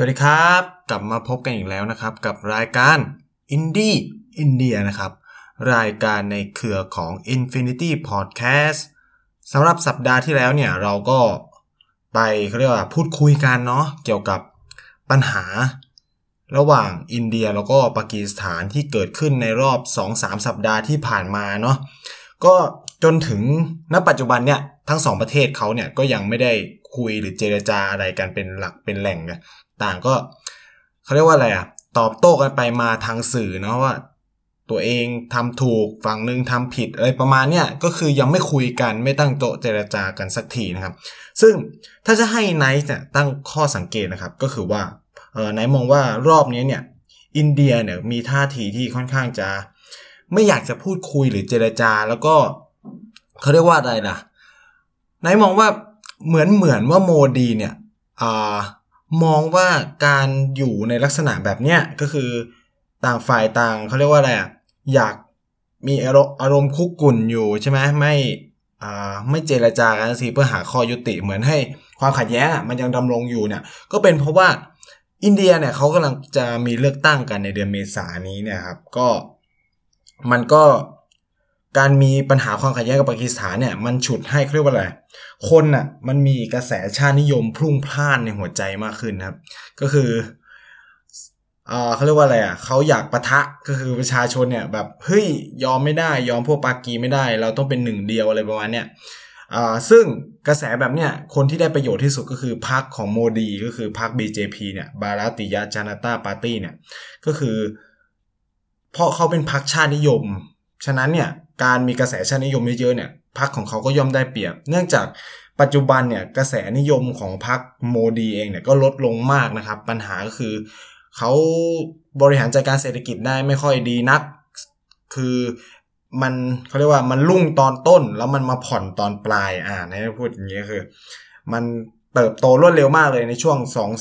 วัสดีครับกลับมาพบกันอีกแล้วนะครับกับรายการ Indie India นะครับรายการในเครือของ Infinity Podcast สำหรับสัปดาห์ที่แล้วเนี่ยเราก็ไปเขาเรียกว่าพูดคุยกันเนาะเกี่ยวกับปัญหาระหว่างอินเดียแล้วก็ปากีสถานที่เกิดขึ้นในรอบ 2-3 สัปดาห์ที่ผ่านมาเนาะก็จนถึงณปัจจุบันเนี่ยทั้งสองประเทศเขาเนี่ยก็ยังไม่ได้คุยหรือเจรจาอะไรกันเป็นหลักเป็นแหล่งนะต่างก็เขาเรียกว่าอะไรตอบโต้กันไปมาทางสื่อเนาะว่าตัวเองทำถูกฝั่งนึงทำผิดอะไรประมาณเนี้ยก็คือยังไม่คุยกันไม่ตั้งโต๊ะเจรจากันสักทีนะครับซึ่งถ้าจะให้ไนท์เนี่ยตั้งข้อสังเกตนะครับก็คือว่าไนท์มองว่ารอบนี้เนี่ยอินเดียเนี่ยมีท่าทีที่ค่อนข้างจะไม่อยากจะพูดคุยหรือเจรจาแล้วก็เขาเรียกว่าอะไรนะไนท์มองว่าเหมือนว่าโมดีเนี่ยมองว่าการอยู่ในลักษณะแบบเนี้ยก็คือต่างฝ่ายต่างเขาเรียกว่าอะไรอยากมีอารมณ์คุกกุ่นอยู่ใช่ไหมไม่เจรจากันสิเพื่อหาข้อยุติเหมือนให้ความขัดแย้งมันยังดำรงอยู่เนี่ยก็เป็นเพราะว่าอินเดียเนี่ยเขากำลังจะมีเลือกตั้งกันในเดือนเมษายนนี้เนี่ยครับก็มันก็การมีปัญหาความขัดแย้งกับปากีสถานเนี่ยมันฉุดให้เรียกว่าอะไรคนน่ะมันมีกระแสชาตินิยมพลุ่งพล่านในหัวใจมากขึ้นครับก็คือเขาเรียกว่าอะไรเขาอยากปะทะก็คือประชาชนเนี่ยแบบเฮ้ยยอมไม่ได้ยอมพวกปากีไม่ได้เราต้องเป็นหนึ่งเดียวอะไรประมาณเนี้ยซึ่งกระแสแบบเนี้ยคนที่ได้ประโยชน์ที่สุดก็คือพรรคของโมดีก็คือพรรค BJP เนี่ยบาราติยจานาตาปาร์ตี้เนี่ยก็คือเพราะเขาเป็นพรรคชาตินิยมฉะนั้นเนี่ยการมีกระแสชาตินิยมเยอะๆเนี่ยพรรคของเขาก็ย่อมได้เปรียบเนื่องจากปัจจุบันเนี่ยกระแสนิยมของพรรคโมดีเองเนี่ยก็ลดลงมากนะครับปัญหาก็คือเขาบริหารจัดการเศรษฐกิจได้ไม่ค่อยดีนักคือมันเขาเรียกว่ามันรุ่งตอนต้นแล้วมันมาผ่อนตอนปลายในพูดอย่างนี้คือมันเติบโตรวดเร็วมากเลยในช่วง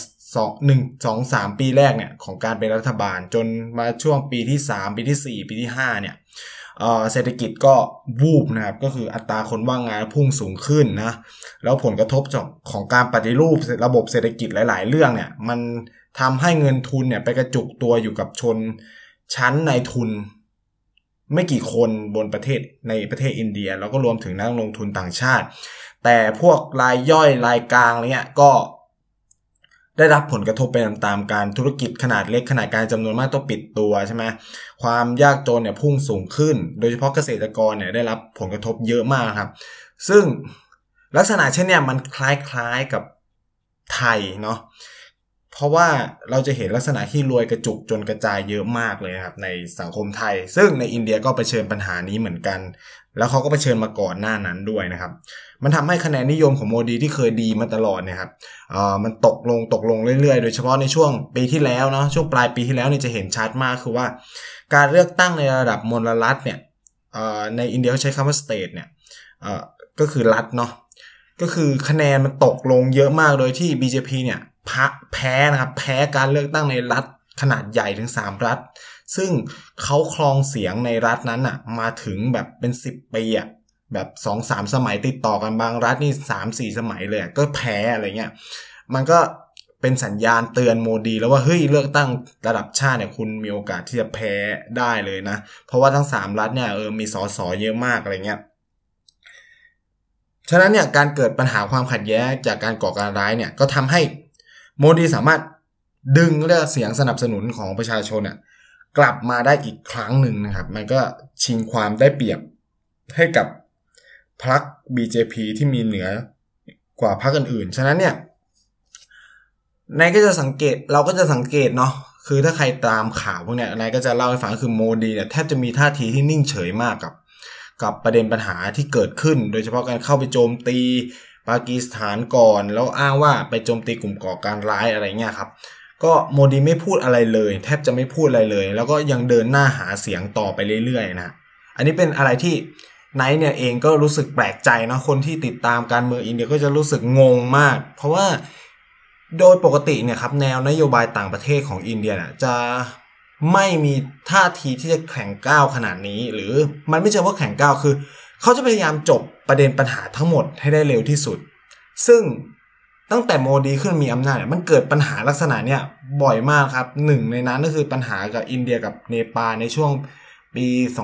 2-3 ปีแรกเนี่ยของการเป็นรัฐบาลจนมาช่วงปีที่3ปีที่4ปีที่5เนี่ยเศรษฐกิจก็วูบนะครับก็คืออัตราคนว่างงานพุ่งสูงขึ้นนะแล้วผลกระทบของการปฏิรูประบบเศรษฐกิจหลายๆเรื่องเนี่ยมันทำให้เงินทุนเนี่ยไปกระจุกตัวอยู่กับชนชั้นนายทุนไม่กี่คนบนประเทศในประเทศอินเดียแล้วก็รวมถึงนักลงทุนต่างชาติแต่พวกรายย่อยรายกลางเนี่ยก็ได้รับผลกระทบไปตามๆการธุรกิจขนาดเล็กขนาดกลางจำนวนมากต้องปิดตัวใช่ไหมความยากจนเนี่ยพุ่งสูงขึ้นโดยเฉพาะเกษตรกรเนี่ยได้รับผลกระทบเยอะมากครับซึ่งลักษณะเช่นเนี่ยมันคล้ายๆกับไทยเนาะเพราะว่าเราจะเห็นลักษณะที่รวยกระจุกจนกระจายเยอะมากเลยครับในสังคมไทยซึ่งในอินเดียก็เผชิญปัญหานี้เหมือนกันแล้วเขาก็เผชิญมาก่อนหน้านั้นด้วยนะครับมันทำให้คะแนนนิยมของโมดีที่เคยดีมาตลอดเนี่ยครับมันตกลงเรื่อยๆโดยเฉพาะในช่วงปีที่แล้วเนาะช่วงปลายปีที่แล้วนี่จะเห็นชัดมากคือว่าการเลือกตั้งในระดับมลรัฐเนี่ยในอินเดียเขาใช้คำว่า state เนี่ยก็คือรัฐเนาะก็คือคะแนนมันตกลงเยอะมากโดยที่ BJP เนี่ยแพ้นะครับแพ้การเลือกตั้งในรัฐขนาดใหญ่ถึง3รัฐซึ่งเขาครองเสียงในรัฐนั้นมาถึงแบบเป็น10ปีแบบ 2-3 สมัยติดต่อกันบางรัฐนี่ 3-4 สมัยเลยก็แพ้อะไรเงี้ยมันก็เป็นสัญญาณเตือนโมดีแล้วว่าเฮ้ยเลือกตั้งระดับชาติเนี่ยคุณมีโอกาสที่จะแพ้ได้เลยนะเพราะว่าทั้ง3รัฐเนี่ยมีสสเยอะมากอะไรเงี้ยฉะนั้นเนี่ยการเกิดปัญหาความขัดแย้งจากการก่อการร้ายเนี่ยก็ทำให้โมดีสามารถดึงเสียงสนับสนุนของประชาชนกลับมาได้อีกครั้งหนึ่งนะครับมันก็ชิงความได้เปรียบให้กับพรรค BJP ที่มีเหนือกว่าพรรคอื่นๆฉะนั้นเนี่ยนายก็จะสังเกตเราก็จะสังเกตเนาะคือถ้าใครตามข่าวพวกเนี้ยนายก็จะเล่าให้ฟังคือโมดีเนี่ยแทบจะมีท่าทีที่นิ่งเฉยมากกับประเด็นปัญหาที่เกิดขึ้นโดยเฉพาะการเข้าไปโจมตีปากีสถานก่อนแล้วอ้างว่าไปโจมตีกลุ่มก่อการร้ายอะไรเงี้ยครับก็โมดีไม่พูดอะไรเลยแทบจะไม่พูดอะไรเลยแล้วก็ยังเดินหน้าหาเสียงต่อไปเรื่อยๆนะอันนี้เป็นอะไรที่ไนท์เนี่ยเองก็รู้สึกแปลกใจนะคนที่ติดตามการเมืองอินเดียก็จะรู้สึกงงมากเพราะว่าโดยปกติเนี่ยครับแนวนโยบายต่างประเทศของอินเดียจะไม่มีท่าทีที่จะแข็งก้าวขนาดนี้หรือมันไม่ใช่ว่าแข็งก้าวคือเขาจะพยายามจบประเด็นปัญหาทั้งหมดให้ได้เร็วที่สุดซึ่งตั้งแต่โมดีขึ้นมีอำนาจเนี่ยมันเกิดปัญหาลักษณะเนี้ยบ่อยมากครับหนึ่งในนั้นก็คือปัญหากับอินเดียกับเนปาลในช่วงปี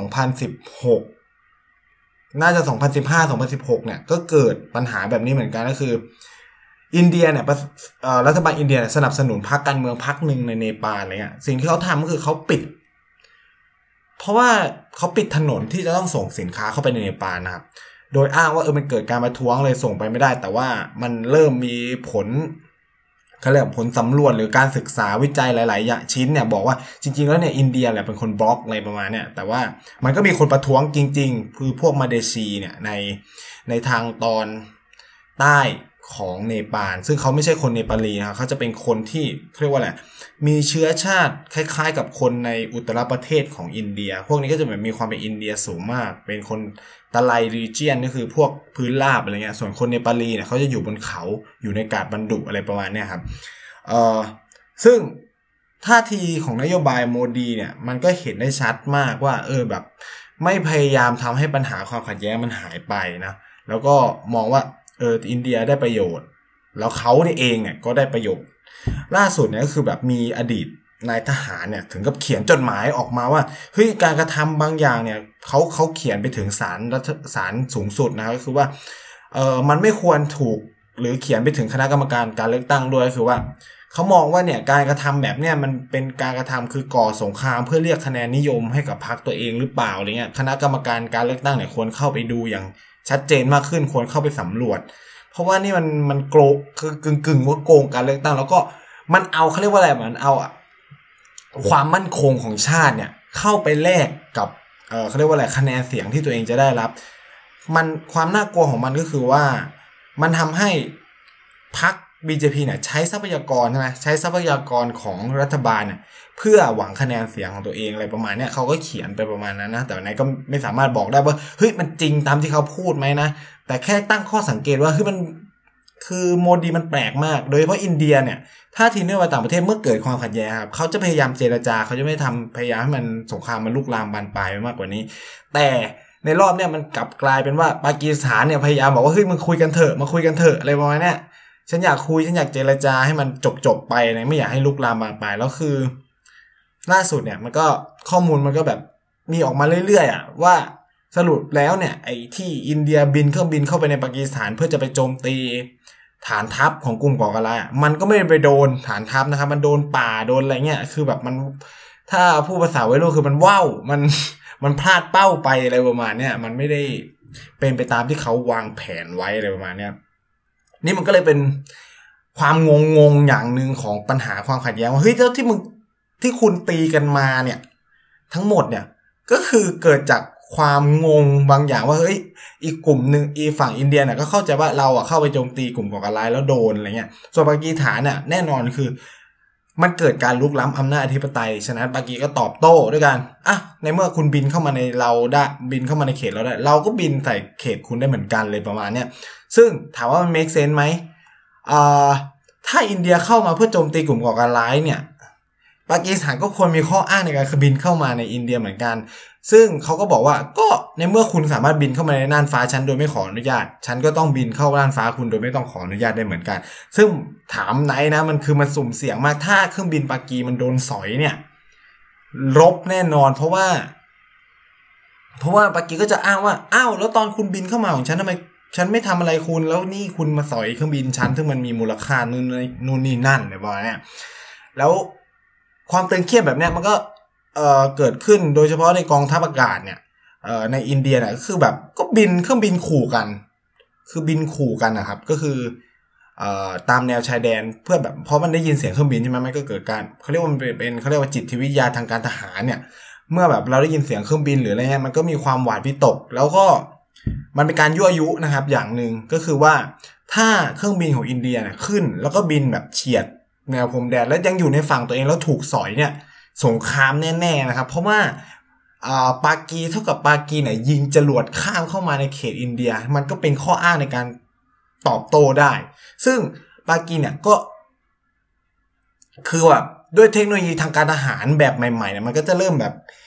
2016น่าจะ2015-2016เนี่ยก็เกิดปัญหาแบบนี้เหมือนกันก็คืออินเดียเนี่ยรัฐบาลอินเดียสนับสนุนพรรคการเมืองพรรคหนึ่งในเนปาลอะไรเงี้ยสิ่งที่เขาทำก็คือเขาปิดเพราะว่าเขาปิดถนนที่จะต้องส่งสินค้าเข้าไปในเนปาลนะครับโดยอ้างว่ามันเกิดการประท้วงเลยส่งไปไม่ได้แต่ว่ามันเริ่มมีผลเขาเรียกผลสำรวจหรือการศึกษาวิจัยหลายๆชิ้นเนี่ยบอกว่าจริงๆแล้วเนี่ยอินเดียแหละเป็นคนบล็อกอะไรประมาณเนี่ยแต่ว่ามันก็มีคนประท้วงจริงๆคือพวกมาเลเซียเนี่ยในทางตอนใต้ของเนปาลซึ่งเขาไม่ใช่คนเนปาลีนะครับเขาจะเป็นคนที่เรียกว่าอะไรมีเชื้อชาติคล้ายๆกับคนในอุตรประเทศของอินเดียพวกนี้ก็จะแบบมีความเป็นอินเดียสูงมากเป็นคนตะไลรีเจียนก็คือพวกพื้นราบอะไรเงี้ยส่วนคนเนปาลีเนี่ยเขาจะอยู่บนเขาอยู่ในกาดบันดุอะไรประมาณเนี้ยครับซึ่งท่าทีของนโยบายโมดีเนี่ยมันก็เห็นได้ชัดมากว่าแบบไม่พยายามทำให้ปัญหาความขัดแย้งมันหายไปนะแล้วก็มองว่าอินเดียได้ประโยชน์แล้วเขาเองเนี่ยก็ได้ประโยชน์ล่าสุดเนี่ยก็คือแบบมีอดีตนายทหารเนี่ยถึงกับเขียนจดหมายออกมาว่าเฮ้ยการกระทำบางอย่างเนี่ยเขาเขียนไปถึงศาลสูงสุดนะก็คือว่ามันไม่ควรถูกหรือเขียนไปถึงคณะกรรมการการเลือกตั้งด้วยคือว่าเขามองว่าเนี่ยการกระทำแบบเนี่ยมันเป็นการกระทำคือก่อสงครามเพื่อเรียกคะแนนนิยมให้กับพรรคตัวเองหรือเปล่าอะไรเงี้ยคณะกรรมการการเลือกตั้งเนี่ยควรเข้าไปดูอย่างชัดเจนมากขึ้นควรเข้าไปสำรวจเพราะว่านี่มันโกงคือกึ่งว่าโกงการเลือกตั้งแล้วก็มันเอาเขาเรียกว่าอะไรมันเอาความมั่นคงของชาติเนี่ยเข้าไปแลกกับเขาเรียกว่าอะไรคะแนนเสียงที่ตัวเองจะได้รับมันความน่ากลัวของมันก็คือว่ามันทำให้พรรค BJP เนี่ยใช้ทรัพยากรใช่ไหมใช้ทรัพยากรของรัฐบาลเนี่ยเพื่อหวังคะแนนเสียงของตัวเองอะไรประมาณเนี้ยเขาก็เขียนไปประมาณนั้นนะแต่ไหนก็ไม่สามารถบอกได้ว่าเฮ้ยมันจริงตามที่เขาพูดไหมนะแต่แค่ตั้งข้อสังเกตว่ามันคือโมดีมันแปลกมากโดยเฉพาะอินเดียเนี่ยถ้าทีนโยบายต่างประเทศเมื่อเกิดความขัดแย้งครับเขาจะพยายามเจรจาเขาจะไม่พยายามให้มันสงครามมันลุกลามบานปลายไปมากกว่านี้แต่ในรอบเนี่ยมันกลับกลายเป็นว่าปากีสถานเนี่ยพยายามบอกว่าเฮ้ยมึงคุยกันเถอะมาคุยกันเถอะอะไรประมาณเนี้ยฉันอยากคุยฉันอยากเจรจาให้มันจบไปนะไม่อยากให้ลุกลามบานปลายแล้วคือล่าสุดเนี่ยมันก็ข้อมูลมันก็แบบมีออกมาเรื่อยๆว่าสรุปแล้วเนี่ยไอ้ที่อินเดียบินเครื่องบินเข้าไปในปากีสถานเพื่อจะไปโจมตีฐานทัพของกลุ่มก่อการร้ายมันก็ไม่ได้ไปโดนฐานทัพนะครับมันโดนป่าโดนอะไรเงี้ยคือแบบมันถ้าผู้ภาษาวัยรุ่นคือมันว่าวมันพลาดเป้าไปอะไรประมาณเนี้ยมันไม่ได้เป็นไปตามที่เขาวางแผนไว้อะไรประมาณเนี้ยนี่มันก็เลยเป็นความงงอย่างนึงของปัญหาความขัดแย้งว่าเฮ้ยแล้วที่คุณตีกันมาเนี่ยทั้งหมดเนี่ยก็คือเกิดจากความงงบางอย่างว่าเฮ้ยอีกกลุ่มนึงอีฝั่งอินเดียเนี่ยก็เข้าใจว่าเราเข้าไปโจมตีกลุ่มก่อการร้ายแล้วโดนอะไรเงี้ยส่วนปากีสถานเนี่ยแน่นอนคือมันเกิดการลุกล้ำอำนาจอธิปไตยฉะนั้นปากีก็ตอบโต้ด้วยกันในเมื่อคุณบินเข้ามาในเราได้บินเข้ามาในเขตเราได้เราก็บินใส่เขตคุณได้เหมือนกันเลยประมาณเนี้ยซึ่งถามว่ามัน make sense ไหมถ้าอินเดียเข้ามาเพื่อโจมตีกลุ่มก่อการร้ายเนี่ยปากีสถานก็ควรมีข้ออ้างในการบินเข้ามาในอินเดียเหมือนกันซึ่งเขาก็บอกว่าก็ในเมื่อคุณสามารถบินเข้ามาในน่านฟ้าฉันโดยไม่ขออนุญาตฉันก็ต้องบินเข้าน่านฟ้าคุณโดยไม่ต้องขออนุญาตได้เหมือนกันซึ่งถามไหนนะมันสุ่มเสี่ยงมากถ้าเครื่องบินปากีมันโดนสอยเนี่ยรบแน่นอนเพราะว่าปากีก็จะอ้างว่าอ้าวแล้วตอนคุณบินเข้ามาของฉันทำไมฉันไม่ทำอะไรคุณแล้วนี่คุณมาสอยเครื่องบินฉันซึ่งมันมีมูลค่านู่นนี่นั่นอะไรประมาณนี้แล้วความตึงเครียดแบบเนี้ยมันก็เกิดขึ้นโดยเฉพาะในกองทัพอากาศเนี่ยในอินเดียเนี่ยก็คือแบบก็บินเครื่องบินขู่กันคือบินขู่กันนะครับก็คือตามแนวชายแดนเพื่อแบบเพราะมันได้ยินเสียงเครื่องบินใช่ไหมมันก็เกิดการเขาเรียกว่ามันเป็นเขาเรียกว่าจิตวิทยาทางการทหารเนี่ยเมื่อแบบเราได้ยินเสียงเครื่องบินหรืออะไรเงี้ยมันก็มีความหวาดวิตกแล้วก็มันเป็นการยั่วยุนะครับอย่างนึงก็คือว่าถ้าเครื่องบินของอินเดียเนี่ยขึ้นแล้วก็บินแบบเฉียดแนวพรมแดนแล้วยังอยู่ในฝั่งตัวเองแล้วถูกสอยเนี่ยสงครามแน่ๆนะครับเพราะว่าปากีเท่ากับปากีเนี่ยยิงจรวดข้ามเข้ามาในเขตอินเดียมันก็เป็นข้ออ้างในการตอบโต้ได้ซึ่งปากีเนี่ยก็คือแบบด้วยเทคโนโลยีทางการทหารแบบใหม่ๆเนี่ยมันก็จะเริ่มแบบ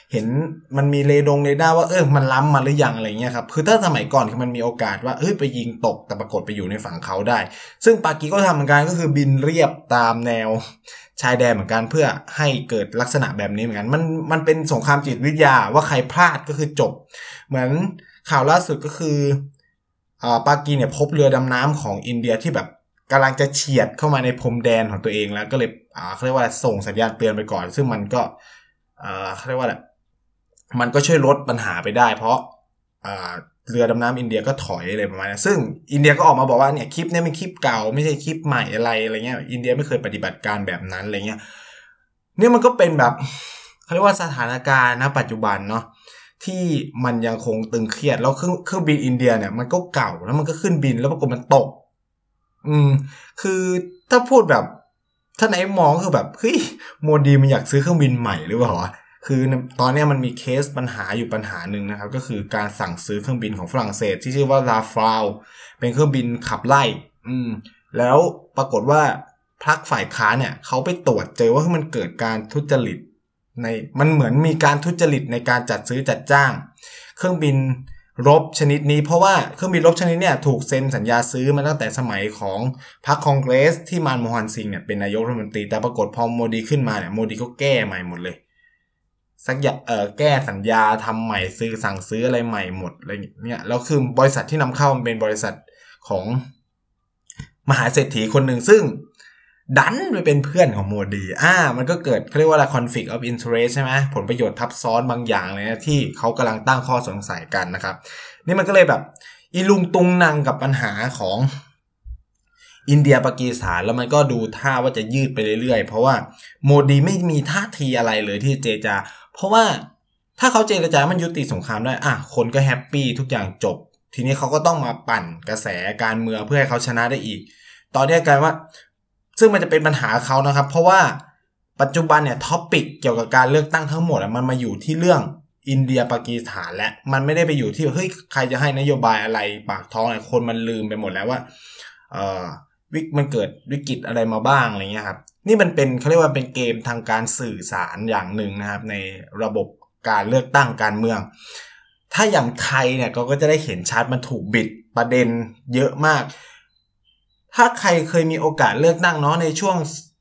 เห็นมันมีเรดาร์ว่ามันล้ำมาหรือยังอะไรเงี้ยครับคือถ้าสมัยก่อนคือมันมีโอกาสว่าไปยิงตกแต่ปรากฏไปอยู่ในฝั่งเขาได้ซึ่งปากีก็ทำเหมือนกันก็คือบินเรียบตามแนวชายแดนเหมือนกันเพื่อให้เกิดลักษณะแบบนี้เหมือนกันมันเป็นสงครามจิตวิทยาว่าใครพลาดก็คือจบเหมือนข่าวล่าสุดก็คือปากีเนี่ยพบเรือดำน้ำของอินเดียที่แบบกำลังจะเฉียดเข้ามาในพรมแดนของตัวเองแล้วก็เลยเขาเรียกว่าส่งสัญญาณเตือนไปก่อนซึ่งมันก็เขาเรียกว่าอะไรมันก็ช่วยลดปัญหาไปได้เพราะเรือดำน้ำอินเดียก็ถอยอะไรประมาณนั้นซึ่งอินเดียก็ออกมาบอกว่าเนี่ยคลิปนี้เป็นคลิปเก่าไม่ใช่คลิปใหม่อะไรเงี้ยอินเดียไม่เคยปฏิบัติการแบบนั้นอะไรเงี้ยเนี่ยมันก็เป็นแบบเขาเรียกว่าสถานการณ์ณปัจจุบันเนาะที่มันยังคงตึงเครียดแล้วเครื่องบินอินเดียเนี่ยมันก็เก่าแล้วมันก็ขึ้นบินแล้วปรากฏมันตกคือถ้าพูดแบบถ้าไหนมองคือแบบเฮ้ยโมดีมันอยากซื้อเครื่องบินใหม่หรือเปล่าคือตอนนี้มันมีเคสปัญหาอยู่ปัญหาหนึ่งนะครับก็คือการสั่งซื้อเครื่องบินของฝรั่งเศสที่ชื่อว่าลาฟราวเป็นเครื่องบินขับไล่แล้วปรากฏว่าพรรคฝ่ายค้านเนี่ยเขาไปตรวจเจอว่ามันเกิดการทุจริตมันเหมือนมีการทุจริตในการจัดซื้อจัดจ้างเครื่องบินรบชนิดนี้เพราะว่าเครื่องบินรบชนิดเนี่ยถูกเซ็นสัญญาซื้อมาตั้งแต่สมัยของพรรคคองเกรสที่มานโมฮันซิงเนี่ยเป็นนายกรัฐมนตรีแต่ปรากฏพอโมดีขึ้นมาเนี่ยโมดีก็แก้ใหม่หมดเลยสักอย่างแก้สัญญาทำใหม่สั่งซื้ออะไรใหม่หมดอะไรเนี่ยแล้วคือบริษัทที่นำเข้ามันเป็นบริษัทของมหาเศรษฐีคนหนึ่งซึ่งดันไปเป็นเพื่อนของโมดีมันก็เกิดเขาเรียกว่าอะไร conflict of interest ใช่ไหมผลประโยชน์ทับซ้อนบางอย่างเลยนะที่เขากำลังตั้งข้อสงสัยกันนะครับนี่มันก็เลยแบบอีลุงตุงนางกับปัญหาของอินเดียปากีสถานแล้วมันก็ดูท่าว่าจะยืดไปเรื่อยๆเพราะว่าโมดีไม่มีท่าทีอะไรเลยที่เจรจาเพราะว่าถ้าเขาเจรจามันยุติสงครามได้คนก็แฮปปี้ทุกอย่างจบทีนี้เขาก็ต้องมาปั่นกระแสการเมืองเพื่อให้เขาชนะได้อีกตอนนี้กลายว่าซึ่งมันจะเป็นปัญหาเขานะครับเพราะว่าปัจจุบันเนี่ยท็อปิกเกี่ยวกับการเลือกตั้งทั้งหมดมันมาอยู่ที่เรื่องอินเดียปากีสถานและมันไม่ได้ไปอยู่ที่เฮ้ยใครจะให้นโยบายอะไรปากท้องอะไรคนมันลืมไปหมดแล้วว่ามันเกิดวิกฤตอะไรมาบ้างอะไรเงี้ยครับนี่มันเป็นเขาเรียกว่าเป็นเกมทางการสื่อสารอย่างหนึ่งนะครับในระบบการเลือกตั้งการเมืองถ้าอย่างไทยเนี่ยก็จะได้เห็นชัดมันถูกบิดประเด็นเยอะมากถ้าใครเคยมีโอกาสเลือกตั้งเนาะในช่วง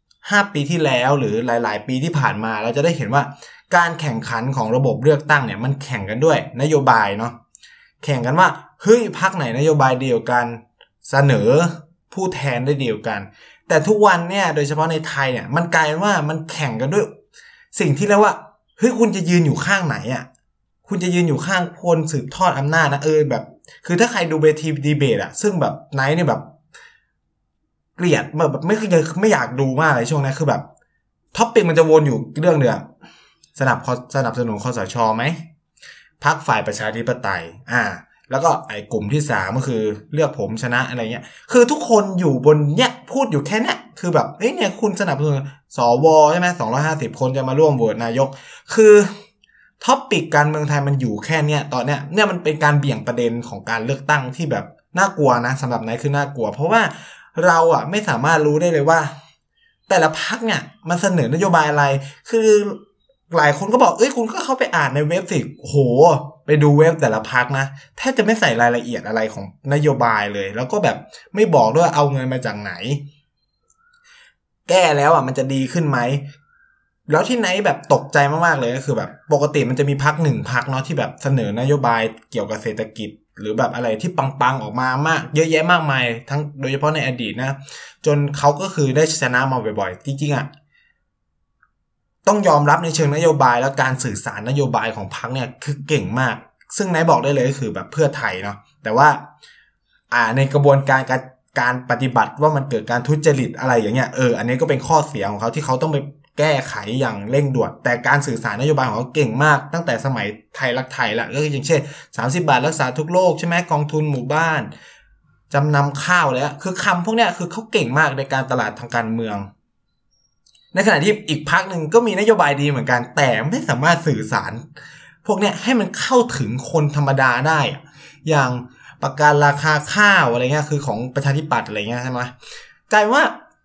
5ปีที่แล้วหรือหลายๆปีที่ผ่านมาเราจะได้เห็นว่าการแข่งขันของระบบเลือกตั้งเนี่ยมันแข่งกันด้วยนโยบายเนาะแข่งกันว่าเฮ้ยพรรคไหนนโยบายเดียวกันเสนอผู้แทนได้เดียวกันแต่ทุกวันเนี่ยโดยเฉพาะในไทยเนี่ยมันกลายเป็นว่ามันแข่งกันด้วยสิ่งที่เรียกว่าเฮ้ยคุณจะยืนอยู่ข้างไหนคุณจะยืนอยู่ข้างคนสืบทอดอำนาจนะแบบคือถ้าใครดูเวทีดีเบตซึ่งแบบไนท์เนี่ยแบบเกลียดแบบไม่อยากดูมากเลยช่วงนั้นคือแบบท็อปปิกมันจะวนอยู่เรื่องเดียวสนับสนุนคสช.ไหมพรรคฝ่ายประชาธิปไตยแล้วก็ไอ้กลุ่มที่3ก็คือเลือกผมชนะอะไรเงี้ยคือทุกคนอยู่บนเนี้ยพูดอยู่แค่เนี้ยคือแบบเนี่ยคุณสนับสนุนสวใช่ไหม250คนจะมาร่วมโหวตนายกคือท็อปปิกการเมืองไทยมันอยู่แค่เนี้ยตอนเนี้ยเนี่ยมันเป็นการเบี่ยงประเด็นของการเลือกตั้งที่แบบน่ากลัวนะสำหรับนายคือน่ากลัวเพราะว่าเราไม่สามารถรู้ได้เลยว่าแต่ละพรรคเนี่ยมันเสนอนโยบายอะไรคือหลายคนก็บอกคุณก็เข้าไปอ่านในเว็บสิโหไปดูเว็บแต่ละพรรคนะแทบจะไม่ใส่รายละเอียดอะไรของนโยบายเลยแล้วก็แบบไม่บอกด้วยเอาเงินมาจากไหนแก้แล้วมันจะดีขึ้นไหมแล้วที่ไหนแบบตกใจมากๆเลยก็คือแบบปกติมันจะมีพรรค1พรรคเนาะที่แบบเสนอนโยบายเกี่ยวกับเศรษฐกิจหรือแบบอะไรที่ปังๆออกมามากเยอะแยะมากมายทั้งโดยเฉพาะในอดีตนะจนเขาก็คือได้ชนะมาบ่อยๆจริงๆต้องยอมรับในเชิงนโยบายและการสื่อสารนโยบายของพรรคเนี่ยคือเก่งมากซึ่งนายบอกได้เลยก็คือแบบเพื่อไทยเนาะแต่ว่าในกระบวนการปฏิบัติว่ามันเกิดการทุจริตอะไรอย่างเงี้ยอันนี้ก็เป็นข้อเสียของเขาที่เขาต้องไปแก้ไขอย่างเร่งด่วนแต่การสื่อสารนโยบายของเขาเก่งมากตั้งแต่สมัยไทยรักไทยละก็คืออย่างเช่น30 บาทรักษาทุกโรคใช่ไหมกองทุนหมู่บ้านจำนำข้าวแล้วคือคำพวกเนี้ยคือเขาเก่งมากในการตลาดทางการเมืองในขณะที่อีกพรรคหนึ่งก็มีนโยบายดีเหมือนกันแต่ไม่สามารถสื่อสารพวกเนี้ยให้มันเข้าถึงคนธรรมดาได้อย่างประกันราคาข้าวอะไรเงี้ยคือของประชาธิปัตย์อะไรเงี้ยใช่ไหมกลายว่า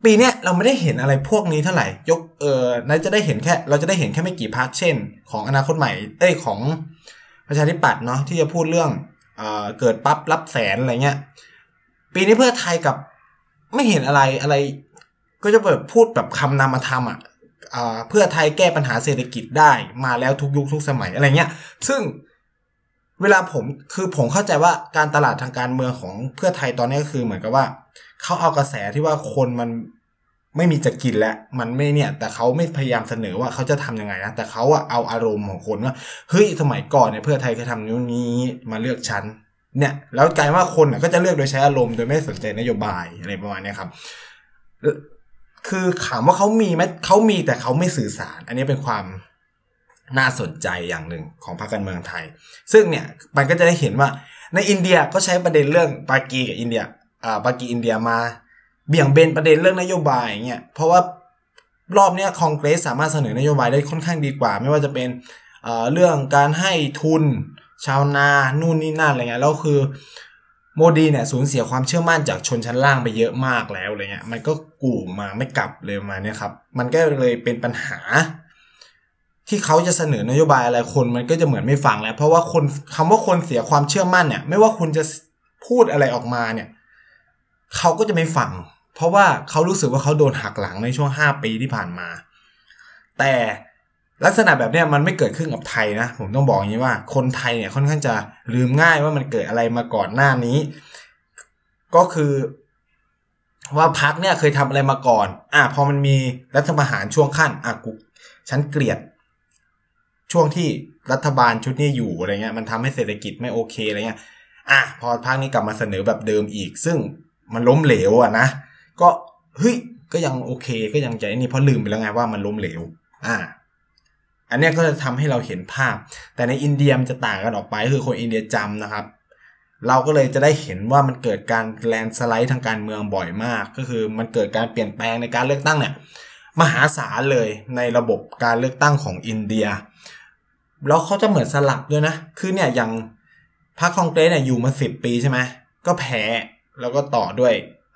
ปีเนี้ยเราไม่ได้เห็นอะไรพวกนี้เท่าไหร่เราจะได้เห็นแค่ไม่กี่พรรคเช่นของอนาคตใหม่ของประชาธิปัตย์เนาะที่จะพูดเรื่องเกิดปั๊บรับแสนอะไรเงี้ยปีนี้เพื่อไทยกับไม่เห็นอะไรก็จะแบบพูดแบบคำนามธรรมเพื่อไทยแก้ปัญหาเศรษฐกิจได้มาแล้วทุกยุคทุกสมัยอะไรเงี้ยซึ่งเวลาผมเข้าใจว่าการตลาดทางการเมืองของเพื่อไทยตอนนี้ก็คือเหมือนกับว่าเขาเอากระแสที่ว่าคนมันไม่มีจะกินแล้วมันไม่เนี่ยแต่เขาไม่พยายามเสนอว่าเขาจะทำยังไงนะแต่เขาเอาอารมณ์ของคนว่าเฮ้ยสมัยก่อนเนี่ยเพื่อไทยเคยทำนี้มาเลือกฉันเนี่ยแล้วกลายว่าคนก็จะเลือกโดยใช้อารมณ์โดยไม่สนใจนโยบายอะไรประมาณนี้ครับคือถามว่าเขามีไหมเขามีแต่เขาไม่สื่อสารอันนี้เป็นความน่าสนใจอย่างหนึ่งของพรรคการเมืองไทยซึ่งเนี่ยมันก็จะได้เห็นว่าในอินเดียก็ใช้ประเด็นเรื่องปากีกับอินเดียอินเดียมาเบี่ยงเบนประเด็นเรื่องนโยบายอย่างเงี้ยเพราะว่ารอบนี้คอนเกรสสามารถเสนอนโยบายได้ค่อนข้างดีกว่าไม่ว่าจะเป็นเรื่องการให้ทุนชาวนานู่นนี่นั่นอะไรเงี้ยแล้วคือโมดีเนี่ยสูญเสียความเชื่อมั่นจากชนชั้นล่างไปเยอะมากแล้วอะไรเงี้ยมันก็กู่มาไม่กลับเลยมาเนี่ยครับมันก็เลยเป็นปัญหาที่เขาจะเสนอนโยบายอะไรคนมันก็จะเหมือนไม่ฟังแล้วเพราะว่าคำว่าคนเสียความเชื่อมั่นเนี่ยไม่ว่าคุณจะพูดอะไรออกมาเนี่ยเขาก็จะไม่ฟังเพราะว่าเขารู้สึกว่าเขาโดนหักหลังในช่วง5ปีที่ผ่านมาแต่ลักษณะแบบนี้มันไม่เกิดขึ้นกับไทยนะผมต้องบอกอย่างนี้ว่าคนไทยเนี่ยค่อนข้างจะลืมง่ายว่ามันเกิดอะไรมาก่อนหน้านี้ก็คือว่าพรรคเนี่ยเคยทำอะไรมาก่อนพอมันมีรัฐประหารช่วงขั้นฉันเกลียดช่วงที่รัฐบาลชุดนี้อยู่อะไรเงี้ยมันทำให้เศรษฐกิจไม่โอเคอะไรเงี้ยพอพรรคนี้กลับมาเสนอแบบเดิมอีกซึ่งมันล้มเหลวนะก็เฮ้ยก็ยังโอเคก็ยังใจนี่เพราะลืมไปแล้วไงว่ามันล้มเหลวอันนี้ก็จะทำให้เราเห็นภาพแต่ในอินเดียมันจะต่างกันออกไปคือคนอินเดียจำนะครับเราก็เลยจะได้เห็นว่ามันเกิดการแลนด์สไลด์ทางการเมืองบ่อยมากก็คือมันเกิดการเปลี่ยนแปลงในการเลือกตั้งเนี่ยมหาศาลเลยในระบบการเลือกตั้งของอินเดียแล้วเขาจะเหมือนสลับด้วยนะคือเนี่ยอย่างพรรคคองเกรสเนี่ยอยู่มา10 ปีใช่ไหมก็แพ้แล้วก็ต่อด้วย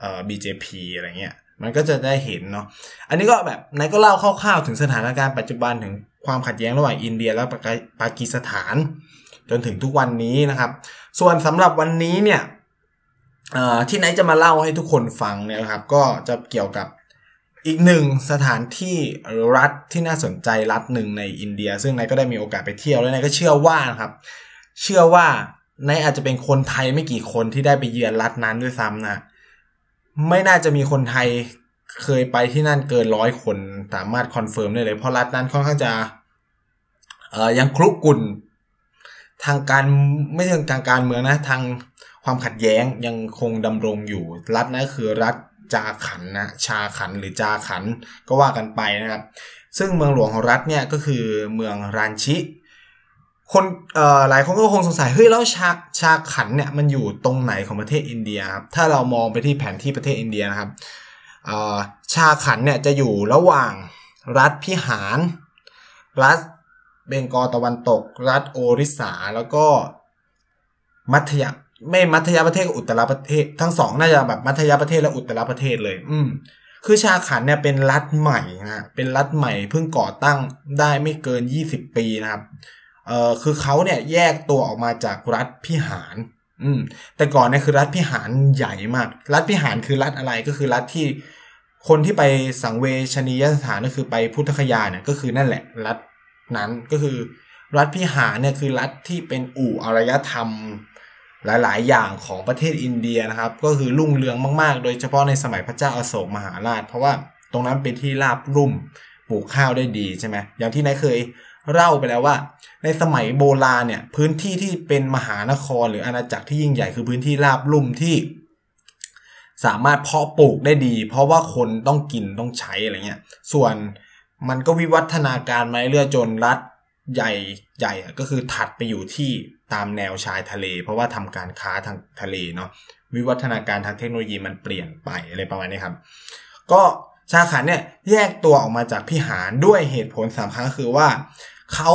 BJP อะไรเงี้ยมันก็จะได้เห็นเนาะอันนี้ก็แบบนายก็เล่าคร่าวๆถึงสถานการณ์ปัจจุบันถึงความขัดแย้งระหว่างอินเดียและปากีสถานจนถึงทุกวันนี้นะครับส่วนสำหรับวันนี้เนี่ยที่นายจะมาเล่าให้ทุกคนฟังเนี่ยครับก็จะเกี่ยวกับอีกหนึ่งสถานที่รัฐที่น่าสนใจรัฐหนึ่งในอินเดียซึ่งนายก็ได้มีโอกาสไปเที่ยวแล้วนายก็เชื่อว่านายอาจจะเป็นคนไทยไม่กี่คนที่ได้ไปเยือนรัฐนั้นด้วยซ้ำนะไม่น่าจะมีคนไทยเคยไปที่นั่นเกิน100 คนสามารถคอนเฟิร์มได้เลยเพราะรัฐนั้นค่อนข้างจะยังครุกุ่นทางการไม่ใช่ทางการเมืองนะทางความขัดแย้งยังคงดำรงอยู่รัฐนั้นคือรัฐจาขันนะชาขันหรือจาขันก็ว่ากันไปนะครับซึ่งเมืองหลวงของรัฐเนี่ยก็คือเมืองรันชิคนหลายคนก็คงสงสัยเฮ้ยแล้วชาขันเนี่ยมันอยู่ตรงไหนของประเทศอินเดียครับถ้าเรามองไปที่แผนที่ประเทศอินเดียนะครับชาขันเนี่ยจะอยู่ระหว่างรัฐพิหารรัฐเบงกอลตะวันตกรัฐโอริสสาแล้วก็มัธยประเทศกับอุตตรประเทศทั้งสองน่าจะแบบมัธยประเทศและอุตตรประเทศเลยคือชาขันเนี่ยเป็นรัฐใหม่นะเป็นรัฐใหม่เพิ่งก่อตั้งได้ไม่เกิน20 ปีนะครับคือเขาเนี่ยแยกตัวออกมาจากรัฐพิหารแต่ก่อนเนี่ยคือรัฐพิหารใหญ่มากรัฐพิหารคือรัฐอะไรก็คือรัฐที่คนที่ไปสังเวชนียสถานก็คือไปพุทธคยาเนี่ยก็คือนั่นแหละรัฐนั้นก็คือรัฐพิหารเนี่ยคือรัฐที่เป็นอู่อารยธรรมหลายๆอย่างของประเทศอินเดียนะครับก็คือรุ่งเรืองมากๆโดยเฉพาะในสมัยพระเจ้าอโศกมหาราชเพราะว่าตรงนั้นเป็นที่ราบรุ่มปลูกข้าวได้ดีใช่ไหมอย่างที่นายเคยเล่าไปแล้วว่าในสมัยโบราณเนี่ยพื้นที่ที่เป็นมหานครหรืออาณาจักรที่ยิ่งใหญ่คือพื้นที่ราบรุ่มที่สามารถเพาะปลูกได้ดีเพราะว่าคนต้องกินต้องใช้อะไรเงี้ยส่วนมันก็วิวัฒนาการมาเรื่อยจนรัฐใหญ่ก็คือถัดไปอยู่ที่ตามแนวชายทะเลเพราะว่าทำการค้าทางทะเลเนาะวิวัฒนาการทางเทคโนโลยีมันเปลี่ยนไปอะไรประมาณนี้ครับก็ชาขันเนี่ยแยกตัวออกมาจากพิหารด้วยเหตุผลสำคัญก็คือว่าเขา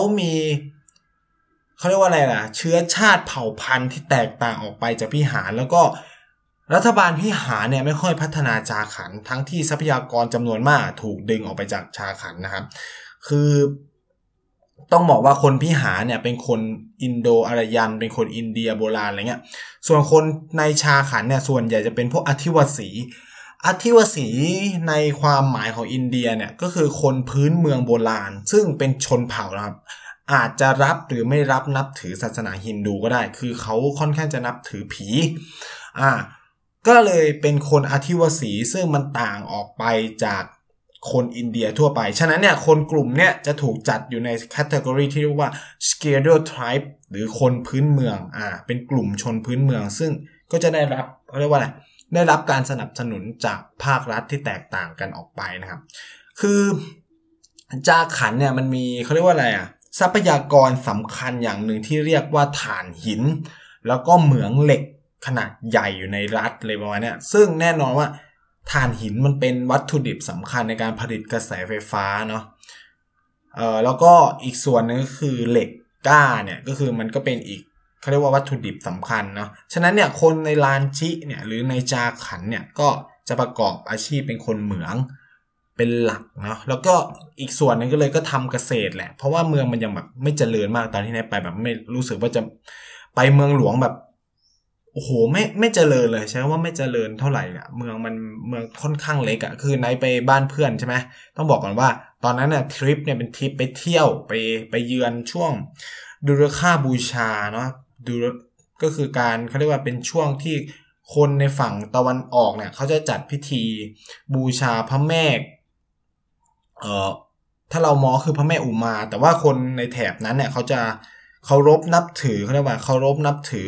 เรียกว่าอะไรล่ะเชื้อชาติเผ่าพันธุ์ที่แตกต่างออกไปจากพิหารแล้วก็รัฐบาลพิหารเนี่ยไม่ค่อยพัฒนาจาขันทั้งที่ทรัพยากรจำนวนมากถูกดึงออกไปจากจาขันนะครับคือต้องบอกว่าคนพิหารเนี่ยเป็นคนอินโดอารยันเป็นคนอินเดียโบราณอะไรเงี้ยส่วนคนในชาขันเนี่ยส่วนใหญ่จะเป็นพวกอธิวสีในความหมายของอินเดียเนี่ยก็คือคนพื้นเมืองโบราณซึ่งเป็นชนเผ่านะครับอาจจะรับหรือไม่รับนับถือศาสนาฮินดูก็ได้คือเขาค่อนข้างจะนับถือผีก็เลยเป็นคนอธิวสีซึ่งมันต่างออกไปจากคนอินเดียทั่วไปฉะนั้นเนี่ยคนกลุ่มเนี่ยจะถูกจัดอยู่ในแคตตากรีที่เรียกว่า Scheduled Tribe หรือคนพื้นเมืองเป็นกลุ่มชนพื้นเมืองซึ่งก็จะได้รับเขาเรียกว่าอะไรได้รับการสนับสนุนจากภาครัฐที่แตกต่างกันออกไปนะครับคือจาขันเนี่ยมันมีเขาเรียกว่าอะไรทรัพยากรสำคัญอย่างหนึ่งที่เรียกว่าถ่านหินแล้วก็เหมืองเหล็กขนาดใหญ่อยู่ในรัฐเลยประมาณนี้ซึ่งแน่นอนว่าถ่านหินมันเป็นวัตถุดิบสำคัญในการผลิตกระแสไฟฟ้าเนาะแล้วก็อีกส่วนนึงก็คือเหล็กก้าเนี่ยก็คือมันก็เป็นอีกเขาเรียกว่าวัตถุดิบสำคัญเนาะฉะนั้นเนี่ยคนในลานชิเนี่ยหรือในจาขันเนี่ยก็จะประกอบอาชีพเป็นคนเหมืองเป็นหลักเนาะแล้วก็อีกส่วนนึงก็เลยก็ทำเกษตรแหละเพราะว่าเมืองมันยังแบบไม่เจริญมากตอนที่ไหนไปแบบไม่รู้สึกว่าจะไปเมืองหลวงแบบโอ้โหไม่เจริญเลยใช่ว่าไม่เจริญเท่าไหร่อ่ะเมืองค่อนข้างเล็กอ่ะคือไหนไปบ้านเพื่อนใช่ไหมต้องบอกก่อนว่าตอนนั้นน่ะทริปเนี่ยเป็นทริปไปเที่ยวไปเยือนช่วงดุรฆาบูชาเนาะก็คือการเขาเรียกว่าเป็นช่วงที่คนในฝั่งตะวันออกเนี่ยเขาจะจัดพิธีบูชาพระแม่ถ้าเรามองคือพระแม่อุมาแต่ว่าคนในแถบนั้นเนี่ยเขาจะเคารพนับถือเขาเรียกว่าเคารพนับถือ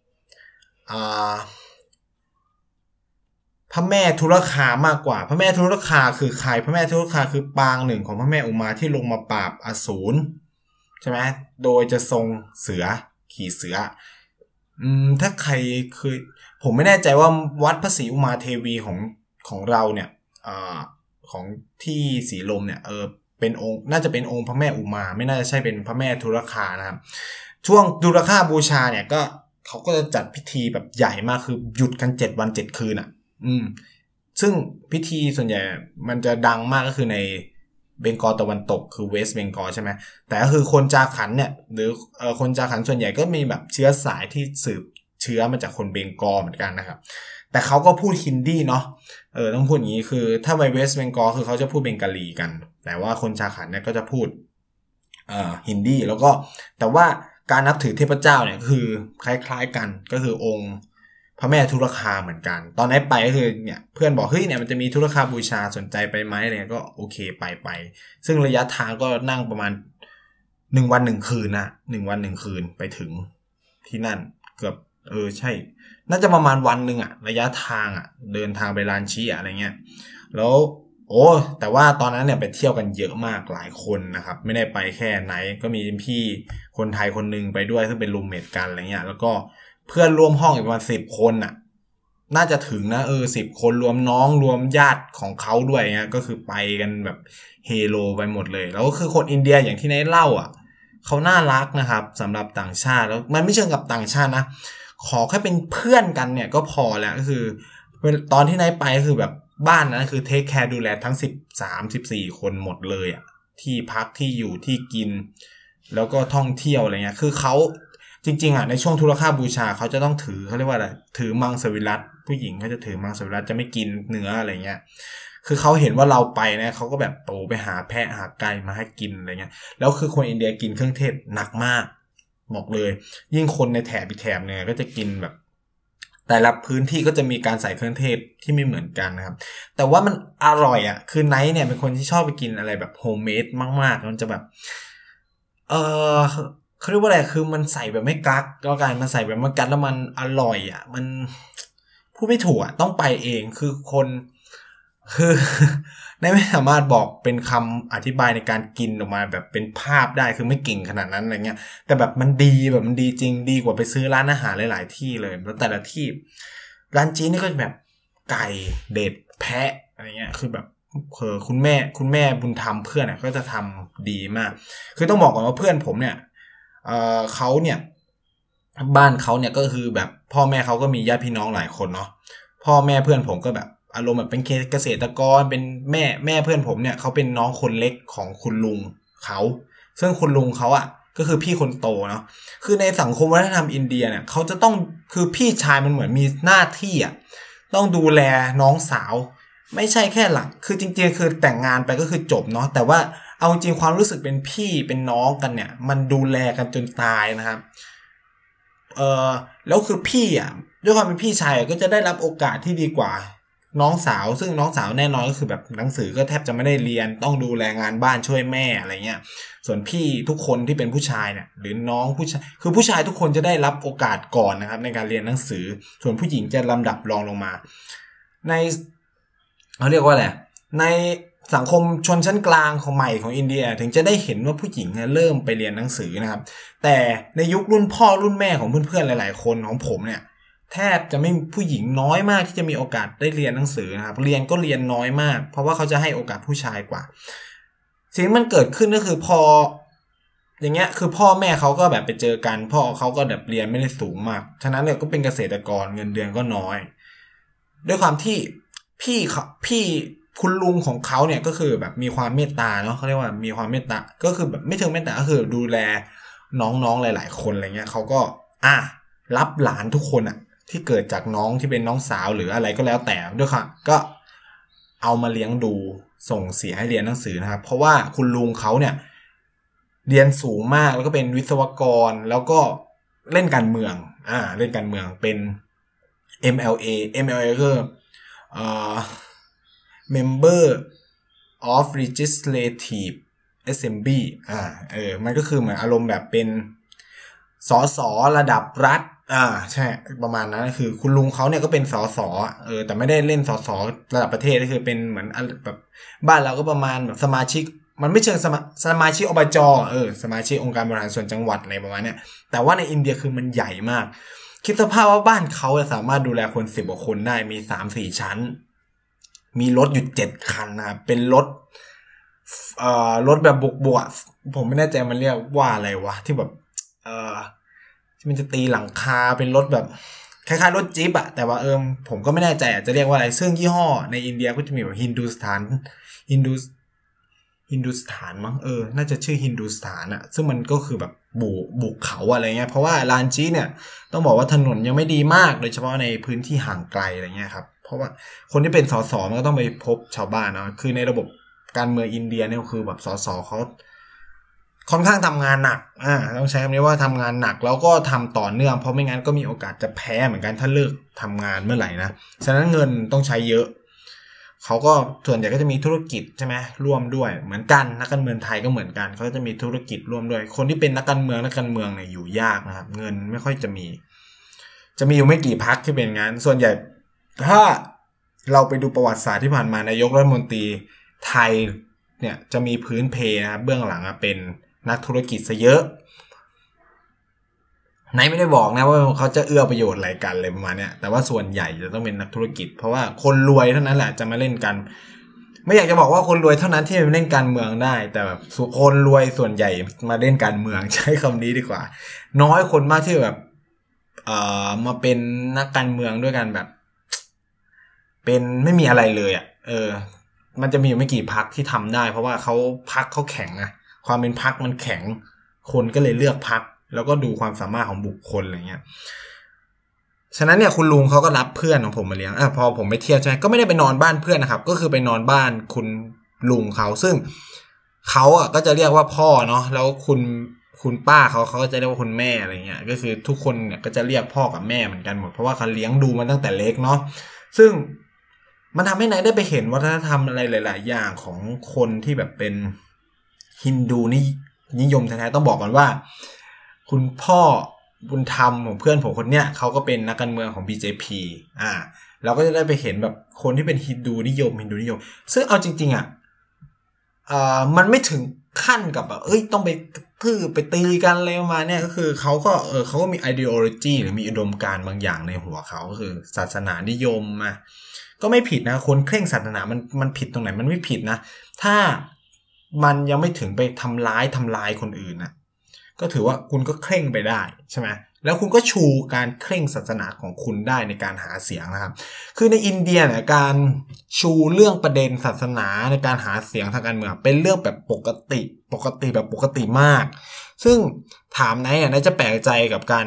พระแม่ทุรคามากกว่าพระแม่ทุรคาคือใครพระแม่ทุรคาคือปางหนึ่งของพระแม่อุมาที่ลงมาปราบอสูรใช่ไหมโดยจะทรงเสือขี่เสือถ้าใครคือผมไม่แน่ใจว่าวัดพระศรีอุมาเทวีของเราเนี่ยของที่ศรีลมเนี่ยเป็นองค์น่าจะเป็นองค์พระแม่อุมาไม่น่าจะใช่เป็นพระแม่ทุรคานะครับช่วงทุรคาบูชาเนี่ยก็เขาก็จะจัดพิธีแบบใหญ่มากคือหยุดกัน7 วัน 7 คืนซึ่งพิธีส่วนใหญ่มันจะดังมากก็คือในเบงกอลตะวันตกคือเวสต์เบงกอลใช่ไหมแต่ก็คือคนจาขันเนี่ยหรือคนจาขันส่วนใหญ่ก็มีแบบเชื้อสายที่สืบเชื้อมาจากคนเบงกอลเหมือนกันนะครับแต่เขาก็พูดฮินดีเนาะต้องพูดอย่างนี้คือถ้าไปเวสต์เบงกอลคือเขาจะพูดเบงกาลีกันแต่ว่าคนจาขันเนี่ยก็จะพูดฮินดีแล้วก็แต่ว่าการนับถือเทพเจ้าเนี่ยคือคล้ายๆกันก็คือองค์พระแม่ทุรคาเหมือนกันตอนนั้นไปก็คือเนี่ยเพื่อนบอกเฮ้ยเนี่ยมันจะมีทุรคาบูชาสนใจไปไหมอะไรก็โอเคไปซึ่งระยะทางก็นั่งประมาณ1 วัน 1 คืนนะ1 วัน 1 คืนไปถึงที่นั่นเกือบใช่น่าจะประมาณวันนึงระยะทางเดินทางไปลานชีอะไรเงี้ยแล้วแต่ว่าตอนนั้นเนี่ยไปเที่ยวกันเยอะมากหลายคนนะครับไม่ได้ไปแค่ไหนก็มีพี่คนไทยคนนึงไปด้วยซึ่งเป็นรูมเมทกันอะไรเงี้ยแล้วก็เพื่อนร่วมห้องอีกประมาณ10 คนน่าจะถึงนะ10 คนรวมน้องรวมญาติของเขาด้วยเงี้ยก็คือไปกันแบบเฮโลไปหมดเลยแล้วก็คือคนอินเดียอย่างที่นายเล่าเขาน่ารักนะครับสำหรับต่างชาติแล้วมันไม่เชิงกับต่างชาตินะขอแค่เป็นเพื่อนกันเนี่ยก็พอแล้วก็คือตอนที่นายไปก็คือแบบบ้านนะคือเทคแคร์ดูแลทั้ง13-14 คนหมดเลยที่พักที่อยู่ที่กินแล้วก็ท่องเที่ยวอะไรเงี้ยคือเขาจริงๆในช่วงทุรคาบูชาเขาจะต้องถือเขาเรียกว่าอะไรถือมังสวิรัติผู้หญิงเขาจะถือมังสวิรัติจะไม่กินเนื้ออะไรเงี้ยคือเขาเห็นว่าเราไปนะเขาก็แบบไปหาแพะหาไก่มาให้กินอะไรเงี้ยแล้วคือคนอินเดียกินเครื่องเทศหนักมากบอกเลยยิ่งคนในแถบอีกแถบเนี่ยก็จะกินแบบแต่ละพื้นที่ก็จะมีการใส่เครื่องเทศที่ไม่เหมือนกันนะครับแต่ว่ามันอร่อยคือไนท์เนี่ยเป็นคนที่ชอบไปกินอะไรแบบโฮมเมดมากๆมันจะแบบเขาเรียกว่าอะไรคือมันใส่แบบไม่กักก็การมันใส่แบบไม่กักแล้วมันอร่อยมันพูดไม่ถูกต้องไปเองคือคนคือไม่สามารถบอกเป็นคำอธิบายในการกินออกมาแบบเป็นภาพได้คือไม่เก่งขนาดนั้นอะไรเงี้ยแต่แบบมันดีจริงดีกว่าไปซื้อร้านอาหารหลายๆที่เลยแล้วแต่ละที่ร้านจีนนี่ก็แบบไก่เด็ดแพะอะไรเงี้ยคือแบบคุณแม่บุญธรรมเพื่อนก็จะทำดีมากคือต้องบอกก่อนว่าเพื่อนผมเนี่ยเขาเนี่ยบ้านเขาเนี่ยก็คือแบบพ่อแม่เขาก็มีญาติพี่น้องหลายคนเนาะพ่อแม่เพื่อนผมก็แบบอารมณ์แบบเป็นเกษตรกรเป็นแม่เพื่อนผมเนี่ยเขาเป็นน้องคนเล็กของคุณลุงเขาซึ่งคุณลุงเขาอ่ะก็คือพี่คนโตเนาะคือในสังคมวัฒนธรรมอินเดียเนี่ยเขาจะต้องคือพี่ชายมันเหมือนมีหน้าที่อ่ะต้องดูแลน้องสาวไม่ใช่แค่หลักคือจริงๆคือแต่งงานไปก็คือจบเนาะแต่ว่าเอาจริงความรู้สึกเป็นพี่เป็นน้องกันเนี่ยมันดูแลกันจนตายนะครับแล้วคือพี่อ่ะด้วยความเป็นพี่ชายก็จะได้รับโอกาสที่ดีกว่าน้องสาวซึ่งน้องสาวแน่นอนก็คือแบบหนังสือก็แทบจะไม่ได้เรียนต้องดูแลงานบ้านช่วยแม่อะไรเงี้ยส่วนพี่ทุกคนที่เป็นผู้ชายเนี่ยหรือน้องผู้ชายคือผู้ชายทุกคนจะได้รับโอกาสก่อนนะครับในการเรียนหนังสือส่วนผู้หญิงจะลำดับรองลงมาในเขาเรียกว่าอะไรในสังคมชนชั้นกลางของใหม่ของอินเดียถึงจะได้เห็นว่าผู้หญิงเริ่มไปเรียนหนังสือนะครับแต่ในยุครุ่นพ่อรุ่นแม่ของเพื่อนๆหลายๆคนของผมเนี่ยแทบจะไม่ผู้หญิงน้อยมากที่จะมีโอกาสได้เรียนหนังสือนะครับเรียนก็เรียนน้อยมากเพราะว่าเขาจะให้โอกาสผู้ชายกว่าสิ่งที่มันเกิดขึ้นก็คือพออย่างเงี้ยคือพ่อแม่เขาก็แบบไปเจอกันพ่อเขาก็แบบเรียนไม่ได้สูงมากฉะนั้นเนี่ยก็เป็นเกษตรกรเงินเดือนก็น้อยด้วยความที่พี่คุณลุงของเขาเนี่ยก็คือแบบมีความเมตตาเนาะเขาเรียกว่ามีความเมตตาก็คือแบบไม่เชิงเมตตาก็คือดูแลน้องๆหลายๆคนอะไรเงี้ยเขาก็รับหลานทุกคนอ่ะที่เกิดจากน้องที่เป็นน้องสาวหรืออะไรก็แล้วแต่ด้วยค่ะก็เอามาเลี้ยงดูส่งเสียให้เรียนหนังสือนะครับเพราะว่าคุณลุงเขาเนี่ยเรียนสูงมากแล้วก็เป็นวิศวกรแล้วก็เล่นการเมืองเล่นการเมืองเป็น MLA ก็Member of Legislative Assembly มันก็คือเหมือนอารมณ์แบบเป็นสสระดับรัฐใช่ประมาณนั้นคือคุณลุงเขาเนี่ยก็เป็นสสแต่ไม่ได้เล่นสสระดับประเทศก็คือเป็นเหมือนแบบบ้านเราก็ประมาณแบบสมาชิกมันไม่เชิงสมาชิกอบจสมาชิกองค์การบริหารส่วนจังหวัดอะไรประมาณเนี้ยแต่ว่าในอินเดียคือมันใหญ่มากคิดสภาพว่าบ้านเขาสามารถดูแลคน10 กว่าคนได้มี 3-4 ชั้นมีรถอยู่7 คันนะครับเป็นรถแบบบวกผมไม่แน่ใจมันเรียกว่าอะไรวะที่แบบที่มันจะตีหลังคาเป็นรถแบบคล้ายๆรถจี๊ปอะแต่ว่าผมก็ไม่แน่ใจจะเรียกว่าอะไรซึ่งยี่ห้อในอินเดียก็จะมีแบบฮินดูสถานมั้งน่าจะชื่อฮินดูสถานอะซึ่งมันก็คือแบบบุกเขาอะไรเงี้ยเพราะว่าลานจีเนี่ยต้องบอกว่าถนนยังไม่ดีมากโดยเฉพาะในพื้นที่ห่างไกลอะไรเงี้ยครับเพราะว่าคนที่เป็นสสมันก็ต้องไปพบชาวบ้านเนาะคือในระบบการเมืองอินเดียเนี่ยคือแบบสสเขาค่อนข้างทำงานหนักต้องใช้คำนี้ว่าทำงานหนักแล้วก็ทำต่อเนื่องเพราะไม่งั้นก็มีโอกาสจะแพ้เหมือนกันถ้าเลิกทำงานเมื่อไหร่นะฉะนั้นเงินต้องใช้เยอะเขาก็ส่วนใหญ่ก็จะมีธุรกิจใช่ไหมร่วมด้วยเหมือนกันนักการเมืองไทยก็เหมือนกันเขาจะมีธุรกิจร่วมด้วยคนที่เป็นนักการเมืองเนี่ยอยู่ยากนะครับเงินไม่ค่อยจะมีอยู่ไม่กี่พรรคที่เป็นงั้นส่วนใหญ่ถ้าเราไปดูประวัติศาสตร์ที่ผ่านมานายกรัฐมนตรีไทยเนี่ยจะมีพื้นเพนะครับเบื้องหลังเป็นนักธุรกิจซะเยอะไหนไม่ได้บอกนะว่าเขาจะเอื้อประโยชน์อะไรกันเลยประมาณเนี้ยแต่ว่าส่วนใหญ่จะต้องเป็นนักธุรกิจเพราะว่าคนรวยเท่านั้นแหละจะมาเล่นกันไม่อยากจะบอกว่าคนรวยเท่านั้นที่มาเล่นการเมืองได้แต่แบบคนรวยส่วนใหญ่มาเล่นการเมืองใช้คำนี้ดีกว่าน้อยคนมากที่แบบมาเป็นนักการเมืองด้วยกันแบบเป็นไม่มีอะไรเลยมันจะมีอยู่ไม่กี่พรรคที่ทำได้เพราะว่าพรรคเขาแข็งความเป็นพรรคมันแข็งคนก็เลยเลือกพรรคแล้วก็ดูความสามารถของบุคคลอะไรเงี้ยฉะนั้นเนี่ยคุณลุงเขาก็รับเพื่อนของผมมาเลี้ยงพอผมไปเที่ยวใช่ก็ไม่ได้ไปนอนบ้านเพื่อนนะครับก็คือไปนอนบ้านคุณลุงเขาซึ่งเขาก็จะเรียกว่าพ่อเนาะแล้วคุณป้าเขาก็จะเรียกว่าคุณแม่อะไรเงี้ยก็คือทุกคนเนี่ยก็จะเรียกพ่อกับแม่เหมือนกันหมดเพราะว่าเขาเลี้ยงดูมาตั้งแต่เล็กเนาะซึ่งมันทำให้นายได้ไปเห็นวัฒนธรรมอะไรหลายๆอย่างของคนที่แบบเป็นฮินดูนิยมแท้ๆต้องบอกก่อนว่าคุณพ่อบุญธรรมของเพื่อนผมคนเนี้ยเขาก็เป็นนักการเมืองของ BJP เราก็จะได้ไปเห็นแบบคนที่เป็นฮินดูนิยมซึ่งเอาจริงๆมันไม่ถึงขั้นกับแบบต้องไปไปตีกันอะไรประมาณเนี้ยก็คือเขาก็มี ideology หรือมีอุดมการณ์บางอย่างในหัวเขาก็คือศาสนานิยมก็ไม่ผิดนะคนเคร่งศาสนามันผิดตรงไหนมันไม่ผิดนะถ้ามันยังไม่ถึงไปทำร้ายคนอื่นนะก็ถือว่าคุณก็เคร่งไปได้ใช่ไหมแล้วคุณก็ชูการเคร่งศาสนาของคุณได้ในการหาเสียงนะครับคือในอินเดียเนี่ยการชูเรื่องประเด็นศาสนาในการหาเสียงทางการเมืองเป็นเรื่องแบบปกติแบบปกติมากซึ่งถามนายจะแปลกใจกับการ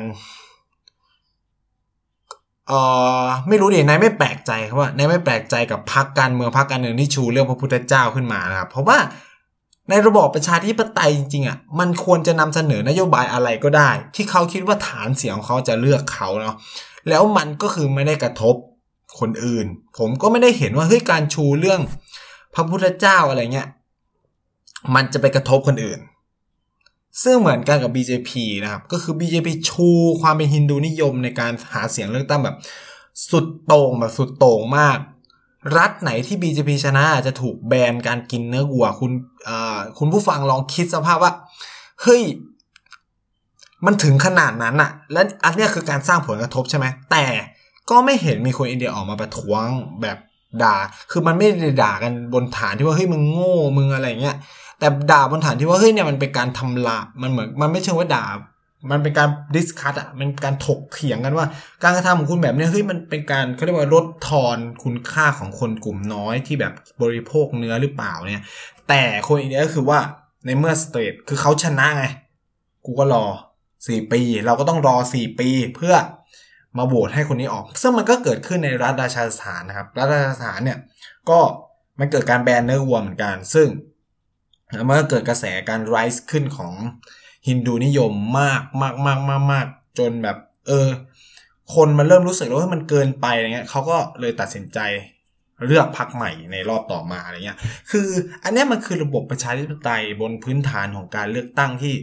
ไม่รู้ดินายไม่แปลกใจครับว่านายไม่แปลกใจกับพรรคการเมืองที่ชูเรื่องพระพุทธเจ้าขึ้นมานะครับเพราะว่าในระบอบประชาธิปไตยจริงๆอ่ะมันควรจะนำเสนอนโยบายอะไรก็ได้ที่เขาคิดว่าฐานเสียงของเขาจะเลือกเขาเนาะแล้วมันก็คือไม่ได้กระทบคนอื่นผมก็ไม่ได้เห็นว่าเฮ้ยการชูเรื่องพระพุทธเจ้าอะไรเงี้ยมันจะไปกระทบคนอื่นซึ่งเหมือนกันกับ BJP นะครับก็คือ BJP ชูความเป็นฮินดูนิยมในการหาเสียงเลือกตั้งแบบสุดโต่งมากรัฐไหนที่ BJP ชนะจะถูกแบนการกินเนื้อวัวคุณผู้ฟังลองคิดสภาพว่าเฮ้ยมันถึงขนาดนั้นอะและอันนี้คือการสร้างผลกระทบใช่ไหมแต่ก็ไม่เห็นมีคนอินเดียออกมาประท้วงแบบด่าคือมันไม่ได้ด่ากันบนฐานที่ว่าเฮ้ยมึงโง่มึงอะไรเงี้ยแต่ด่าบนฐานที่ว่าเฮ้ยเนี่ยมันเป็นการทำลายมันเหมือนมันไม่เชิงว่าด่ามันเป็นการดิสคัสอ่ะมันการถกเถียงกันว่าการกระทำของคุณแบบนี้เฮ้ยมันเป็นการเขาเรียกว่าลดทอนคุณค่าของคนกลุ่มน้อยที่แบบบริโภคเนื้อหรือเปล่าเนี่ยแต่คนอินเดียก็คือว่าในเมื่อสเตทคือเขาชนะไงกูก็รอ4 ปีเราก็ต้องรอ4 ปีเพื่อมาโหวตให้คนนี้ออกซึ่งมันก็เกิดขึ้นในรัฐราชสถานนะครับรัฐราชสถานเนี่ยก็มันเกิดการแบนเนื้อวัวเหมือนกันซึ่งมันก็เกิดกระแสการไรซ์ขึ้นของฮินดูนิยมมากจนแบบคนมันเริ่มรู้สึกแล้วว่ามันเกินไปอะไรเงี้ยเขาก็เลยตัดสินใจเลือกพรรคใหม่ในรอบต่อมาอะไรเงี้ยคืออันนี้มันคือระบบประชาธิปไตยบนพื้นฐานของการเลือกตั้งที่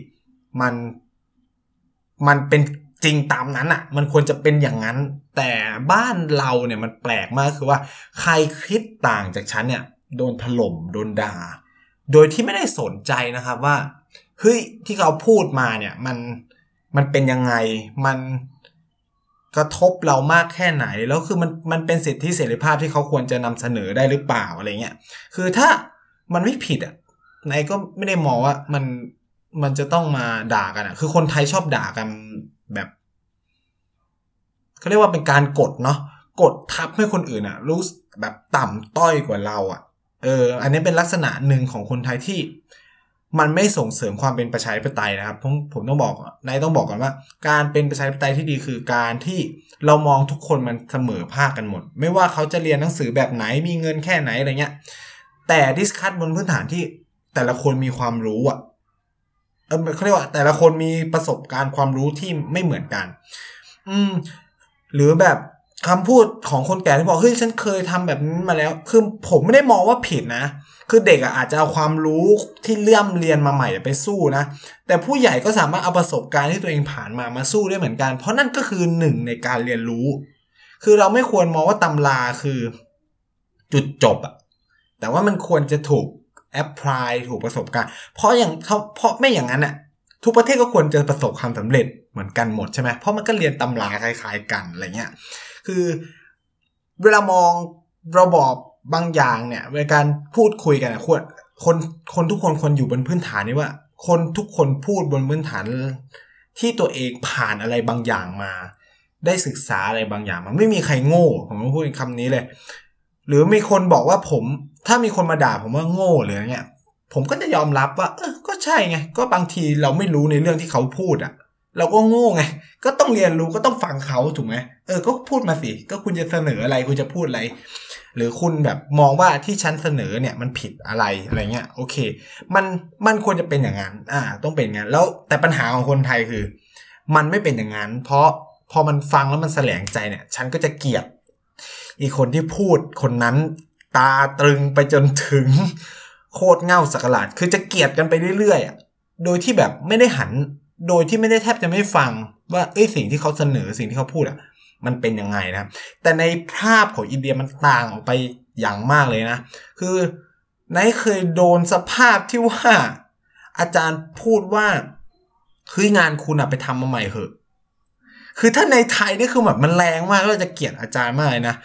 มันเป็นจริงตามนั้นอ่ะมันควรจะเป็นอย่างนั้นแต่บ้านเราเนี่ยมันแปลกมากคือว่าใครคิดต่างจากฉันเนี่ยโดนถล่มโดนด่าโดยที่ไม่ได้สนใจนะครับว่าเฮ้ยที่เขาพูดมาเนี่ยมันเป็นยังไงมันกระทบเรามากแค่ไหนแล้วคือมันเป็นสิทธิเสรีภาพที่เขาควรจะนำเสนอได้หรือเปล่าอะไรเงี้ยคือถ้ามันไม่ผิดอ่ะนายก็ไม่ได้มองว่ามันจะต้องมาด่ากันอ่ะคือคนไทยชอบด่ากันแบบเขาเรียกว่าเป็นการกดเนาะกดทับให้คนอื่นอ่ะรู้แบบต่ำต้อยกว่าเราอ่ะอันนี้เป็นลักษณะหนึ่งของคนไทยที่มันไม่ส่งเสริมความเป็นประชาธิปไตยนะครับผมต้องบอกนายต้องบอกก่อนว่าการเป็นประชาธิปไตยที่ดีคือการที่เรามองทุกคนมันเสมอภาคกันหมดไม่ว่าเขาจะเรียนหนังสือแบบไหนมีเงินแค่ไหนอะไรเงี้ยแต่ดิสคัสบนพื้นฐานที่แต่ละคนมีความรู้อ่ะเขาเรียกว่าแต่ละคนมีประสบการณ์ความรู้ที่ไม่เหมือนกันหรือแบบคำพูดของคนแก่ที่บอกเฮ้ยฉันเคยทำแบบนี้มาแล้วคือผมไม่ได้มองว่าผิดนะคือเด็กอาจจะเอาความรู้ที่เรียนมาใหม่ไปสู้นะแต่ผู้ใหญ่ก็สามารถเอาประสบการณ์ที่ตัวเองผ่านมาสู้ได้เหมือนกันเพราะนั่นก็คือหนึ่งในการเรียนรู้คือเราไม่ควรมองว่าตำราคือจุดจบอะแต่ว่ามันควรจะถูกแอพพลายถูกประสบการณ์เพราะไม่อย่างนั้นอะทุกประเทศก็ควรจะประสบความสำเร็จเหมือนกันหมดใช่ไหมเพราะมันก็เรียนตำราคล้ายๆกันอะไรเงี้ยคือเวลามองระบอบบางอย่างเนี่ยในการพูดคุยกันคนทุกคนควรอยู่บนพื้นฐานนี้ว่าคนทุกคนพูดบนพื้นฐานที่ตัวเองผ่านอะไรบางอย่างมาได้ศึกษาอะไรบางอย่างมันไม่มีใครโง่ผมต้องพูดคำนี้เลยหรือมีคนบอกว่าถ้ามีคนมาด่าผมว่าโง่หรืออะไรเงี้ยผมก็จะยอมรับว่าก็ใช่ไงก็บางทีเราไม่รู้ในเรื่องที่เขาพูดอะเราก็โง่ไงก็ต้องเรียนรู้ก็ต้องฟังเขาถูกไหมก็พูดมาสิก็คุณจะเสนออะไรคุณจะพูดอะไรหรือคุณแบบมองว่าที่ฉันเสนอเนี่ยมันผิดอะไรเงี้ยโอเคมันควรจะเป็นอย่างนั้นต้องเป็นอย่างนั้นแล้วแต่ปัญหาของคนไทยคือมันไม่เป็นอย่างนั้นเพราะพอมันฟังแล้วมันแสลงใจเนี่ยฉันก็จะเกลียดอีกคนที่พูดคนนั้นตาตรึงไปจนถึงโคตรเง่าสักหลาดคือจะเกลียดกันไปเรื่อยๆโดยที่แบบไม่ได้หันโดยที่ไม่ได้แทบจะไม่ฟังว่าสิ่งที่เขาเสนอสิ่งที่เขาพูดมันเป็นยังไงนะครับแต่ในภาพของอินเดียมันต่างออกไปอย่างมากเลยนะคือนายเคยโดนสภาพที่ว่าอาจารย์พูดว่าคืองานคุณไปทำมาใหม่เหอะคือถ้าในไทยนี่คือแบบมันแรงมากเราจะเกลียดอาจารย์มากเลยนะ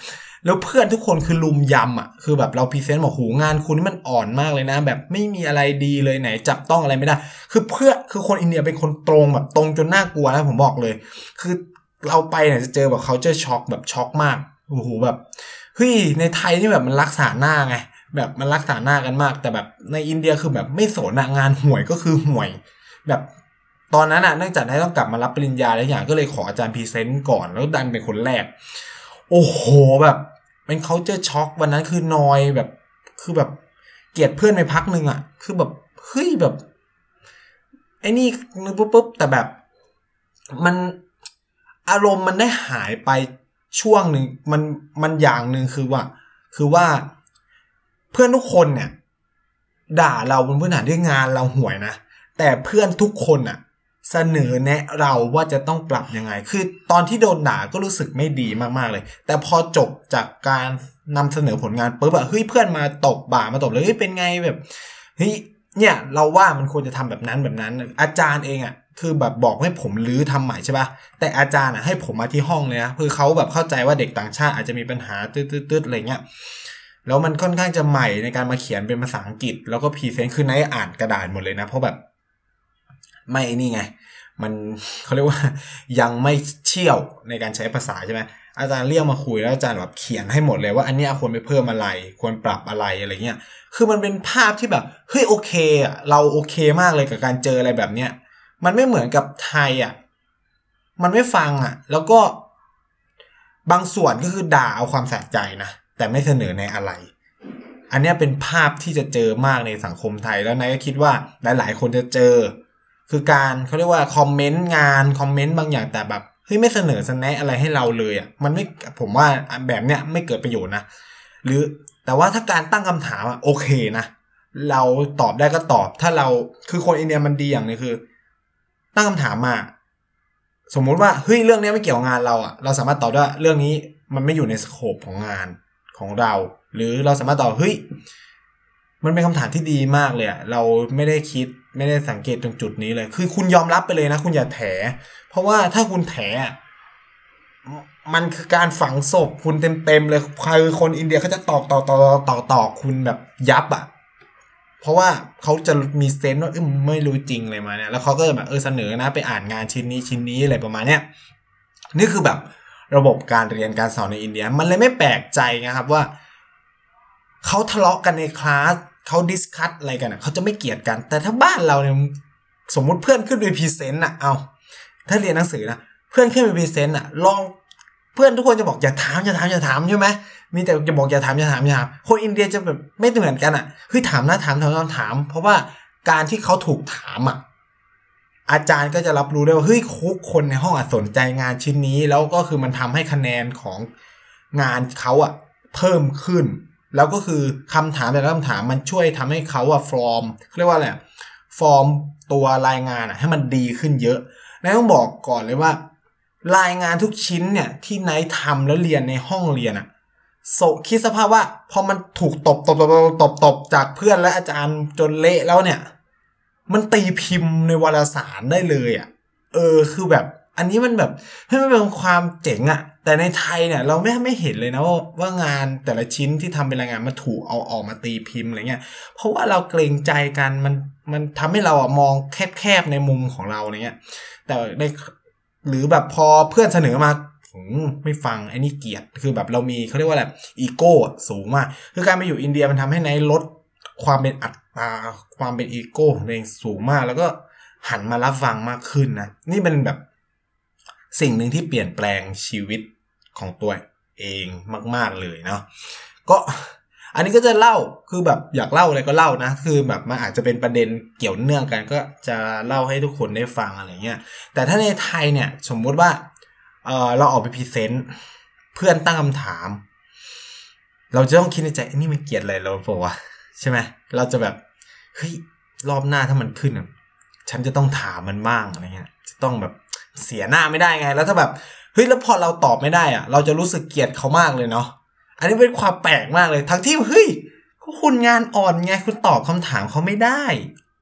แล้วเพื่อนทุกคนคือลุมยำอ่ะคือแบบเราพรีเซนต์บอกหูงานคุณนี่มันอ่อนมากเลยนะแบบไม่มีอะไรดีเลยไหนจับต้องอะไรไม่ได้คือคนอินเดียเป็นคนตรงแบบตรงจนน่ากลัวนะผมบอกเลยคือเราไปเนี่ยจะเจอแบบเขาจะช็อกแบบช็อกมากโอ้โหแบบเฮ้ยในไทยนี่แบบมันรักษาหน้าไงแบบมันรักษาหน้ากันมากแต่แบบในอินเดียคือแบบไม่สนงานห่วยก็คือห่วยแบบตอนนั้นเนื่องจากได้ต้องกลับมารับปริญญาแล้วอย่างก็เลยขออาจารย์พรีเซนต์ก่อนแล้วดันเป็นคนแรกโอ้โหแบบเป็นเขาเจอช็อกวันนั้นคือนอยแบบคือแบบเกลียดเพื่อนไปพักนึงอ่ะคือแบบเฮ้ยแบบไอ้นี่นึกปุ๊บแต่แบบมันอารมณ์มันได้หายไปช่วงหนึ่งมันอย่างหนึ่งคือว่าเพื่อนทุกคนเนี่ยด่าเราบนพื้นฐานที่งานเราห่วยนะแต่เพื่อนทุกคนอ่ะเสนอแนะเราว่าจะต้องปรับยังไงคือตอนที่โดนด่าก็รู้สึกไม่ดีมากๆเลยแต่พอจบจากการนำเสนอผลงานปุ๊บอะเฮ้ยเพื่อนมาตบบ่ามาตบเลยเฮ้ยเป็นไงแบบเฮ้ยเนี่ยเราว่ามันควรจะทำแบบนั้นอาจารย์เองอะคือแบบบอกให้ผมรื้อทำใหม่ใช่ป่ะแต่อาจารย์อะให้ผมมาที่ห้องเลยนะคือเขาแบบเข้าใจว่าเด็กต่างชาติอาจจะมีปัญหาตืดๆอะไรเงี้ยแล้วมันค่อนข้างจะใหม่ในการมาเขียนเป็นภาษาอังกฤษแล้วก็พรีเซนต์คือไนท์อ่านกระดาษหมดเลยนะเพราะแบบไม่นี่ไงมันเขาเรียกว่ายังไม่เชี่ยวในการใช้ภาษาใช่ไหมอาจารย์เรียกมาคุยแล้วอาจารย์แบบเขียนให้หมดเลยว่าอันนี้ควรไปเพิ่มอะไรควรปรับอะไรอะไรเงี้ยคือมันเป็นภาพที่แบบเฮ้ยโอเคอ่ะเราโอเคมากเลยกับการเจออะไรแบบเนี้ยมันไม่เหมือนกับไทยอ่ะมันไม่ฟังอ่ะแล้วก็บางส่วนก็คือด่าเอาความสะใจนะแต่ไม่เสนอในอะไรอันนี้เป็นภาพที่จะเจอมากในสังคมไทยแล้วนายก็คิดว่าหลายๆคนจะเจอคือการเขาเรียกว่าคอมเมนต์งานคอมเมนต์บางอย่างแต่แบบเฮ้ยไม่เสนอแนะอะไรให้เราเลยอ่ะมันไม่ผมว่าแบบเนี้ยไม่เกิดประโยชน์นะหรือแต่ว่าถ้าการตั้งคำถามโอเคนะเราตอบได้ก็ตอบถ้าเราคือคนอินเดียมันดีอย่างนึงคือตั้งคำถามมาสมมุติว่าเฮ้ยเรื่องนี้ไม่เกี่ยวกับงานเราเราสามารถตอบได้เรื่องนี้มันไม่อยู่ในสโคปของงานของเราหรือเราสามารถตอบเฮ้ยมันเป็นคำถามที่ดีมากเลยเราไม่ได้คิดไม่ได้สังเกตตรงจุดนี้เลยคือคุณยอมรับไปเลยนะคุณอย่าแถเพราะว่าถ้าคุณแถมันคือการฝังศพคุณเต็มเลยคือคนอินเดียเขาจะตอกคุณแบบยับเพราะว่าเขาจะมีเซนส์ว่าไม่รู้จริงเลยมาเนี่ยแล้วเขาก็จะแบบเสนอนะไปอ่านงานชิ้นนี้อะไรประมาณเนี้ยนี่คือแบบระบบการเรียนการสอนในอินเดียมันเลยไม่แปลกใจนะครับว่าเขาทะเลาะกันในคลาสเขาดิสคัสอะไรกันเขาจะไม่เกลียดกันแต่ถ้าบ้านเราเนี่ยสมมุติเพื่อนขึ้นไปพรีเซนต์ถ้าเรียนหนังสือนะเพื่อนขึ้นไปพรีเซนต์ลองเพื่อนทุกคนจะบอกอย่าถามใช่ไหมมีแต่จะบอกอย่าถามคนอินเดียจะแบบไม่เหมือนกันเฮ้ยถามนะถามเพราะว่าการที่เขาถูกถามอาจารย์ก็จะรับรู้ได้ว่าเฮ้ยคนในห้องสนใจงานชิ้นนี้แล้วก็คือมันทำให้คะแนนของงานเขาเพิ่มขึ้นแล้วก็คือคำถามแต่ละคำถามมันช่วยทำให้เขาฟอร์มเรียกว่าอะไรฟอร์มตัวรายงานให้มันดีขึ้นเยอะแล้วต้องบอกก่อนเลยว่ารายงานทุกชิ้นเนี่ยที่ไนท์ทำแล้วเรียนในห้องเรียนคิดสภาพว่าพอมันถูกตบจากเพื่อนและอาจารย์จนเละแล้วเนี่ยมันตีพิมพ์ในวารสารได้เลยคือแบบอันนี้มันแบบให้มันเป็นความเจ๋งแต่ในไทยเนี่ยเราไม่เห็นเลยนะว่างานแต่ละชิ้นที่ทำเป็นรายงานมาถูกเอาออกมาตีพิมพ์อะไรเงี้ยเพราะว่าเราเกรงใจกันมันทำให้เรามองแคบในมุมของเราเงี้ยแต่ในหรือแบบพอเพื่อนเสนอมาไม่ฟังไอ้นี่เกลียดคือแบบเรามีเขาเรียกว่าอะไรอีโก้สูงมากคือการไปอยู่อินเดียมันทำให้ไนท์ลดความเป็นอัตตาความเป็นอีโก้ของตัวเองสูงมากแล้วก็หันมารับฟังมากขึ้นนะนี่เป็นแบบสิ่งหนึ่งที่เปลี่ยนแปลงชีวิตของตัวเองมากๆเลยเนาะก็อันนี้ก็จะเล่าคือแบบอยากเล่าอะไรก็เล่านะคือแบบมันอาจจะเป็นประเด็นเกี่ยวเนื่องกันก็จะเล่าให้ทุกคนได้ฟังอะไรเงี้ยแต่ถ้าในไทยเนี่ยสมมุติว่าเราออกไปพรีเซนต์เพื่อนตั้งคำถามเราจะต้องคิดในใจนี่มันเกลียดอะไรเราเปล่าวะใช่ไหมเราจะแบบเฮ้ยรอบหน้าถ้ามันขึ้นฉันจะต้องถามมันบ้างอะไรเงี้ยจะต้องแบบเสียหน้าไม่ได้ไงแล้วถ้าแบบเฮ้ยแล้วพอเราตอบไม่ได้เราจะรู้สึกเกลียดเขามากเลยเนาะอันนี้เป็นความแปลกมากเลยทั้งที่เฮ้ยคุณงานอ่อนไงคุณตอบคำถามเขาไม่ได้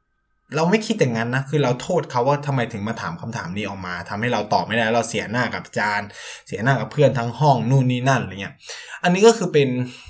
เราไม่คิดอย่างนั้นนะคือเราโทษเขาว่าทำไมถึงมาถามคำถามนี้ออกมาทำให้เราตอบไม่ได้เราเสียหน้ากับอาจารย์เสียหน้ากับเพื่อนทั้งห้องนู่นนี่นั่นอะไรเงี้ยอันนี้ก็คือเป็น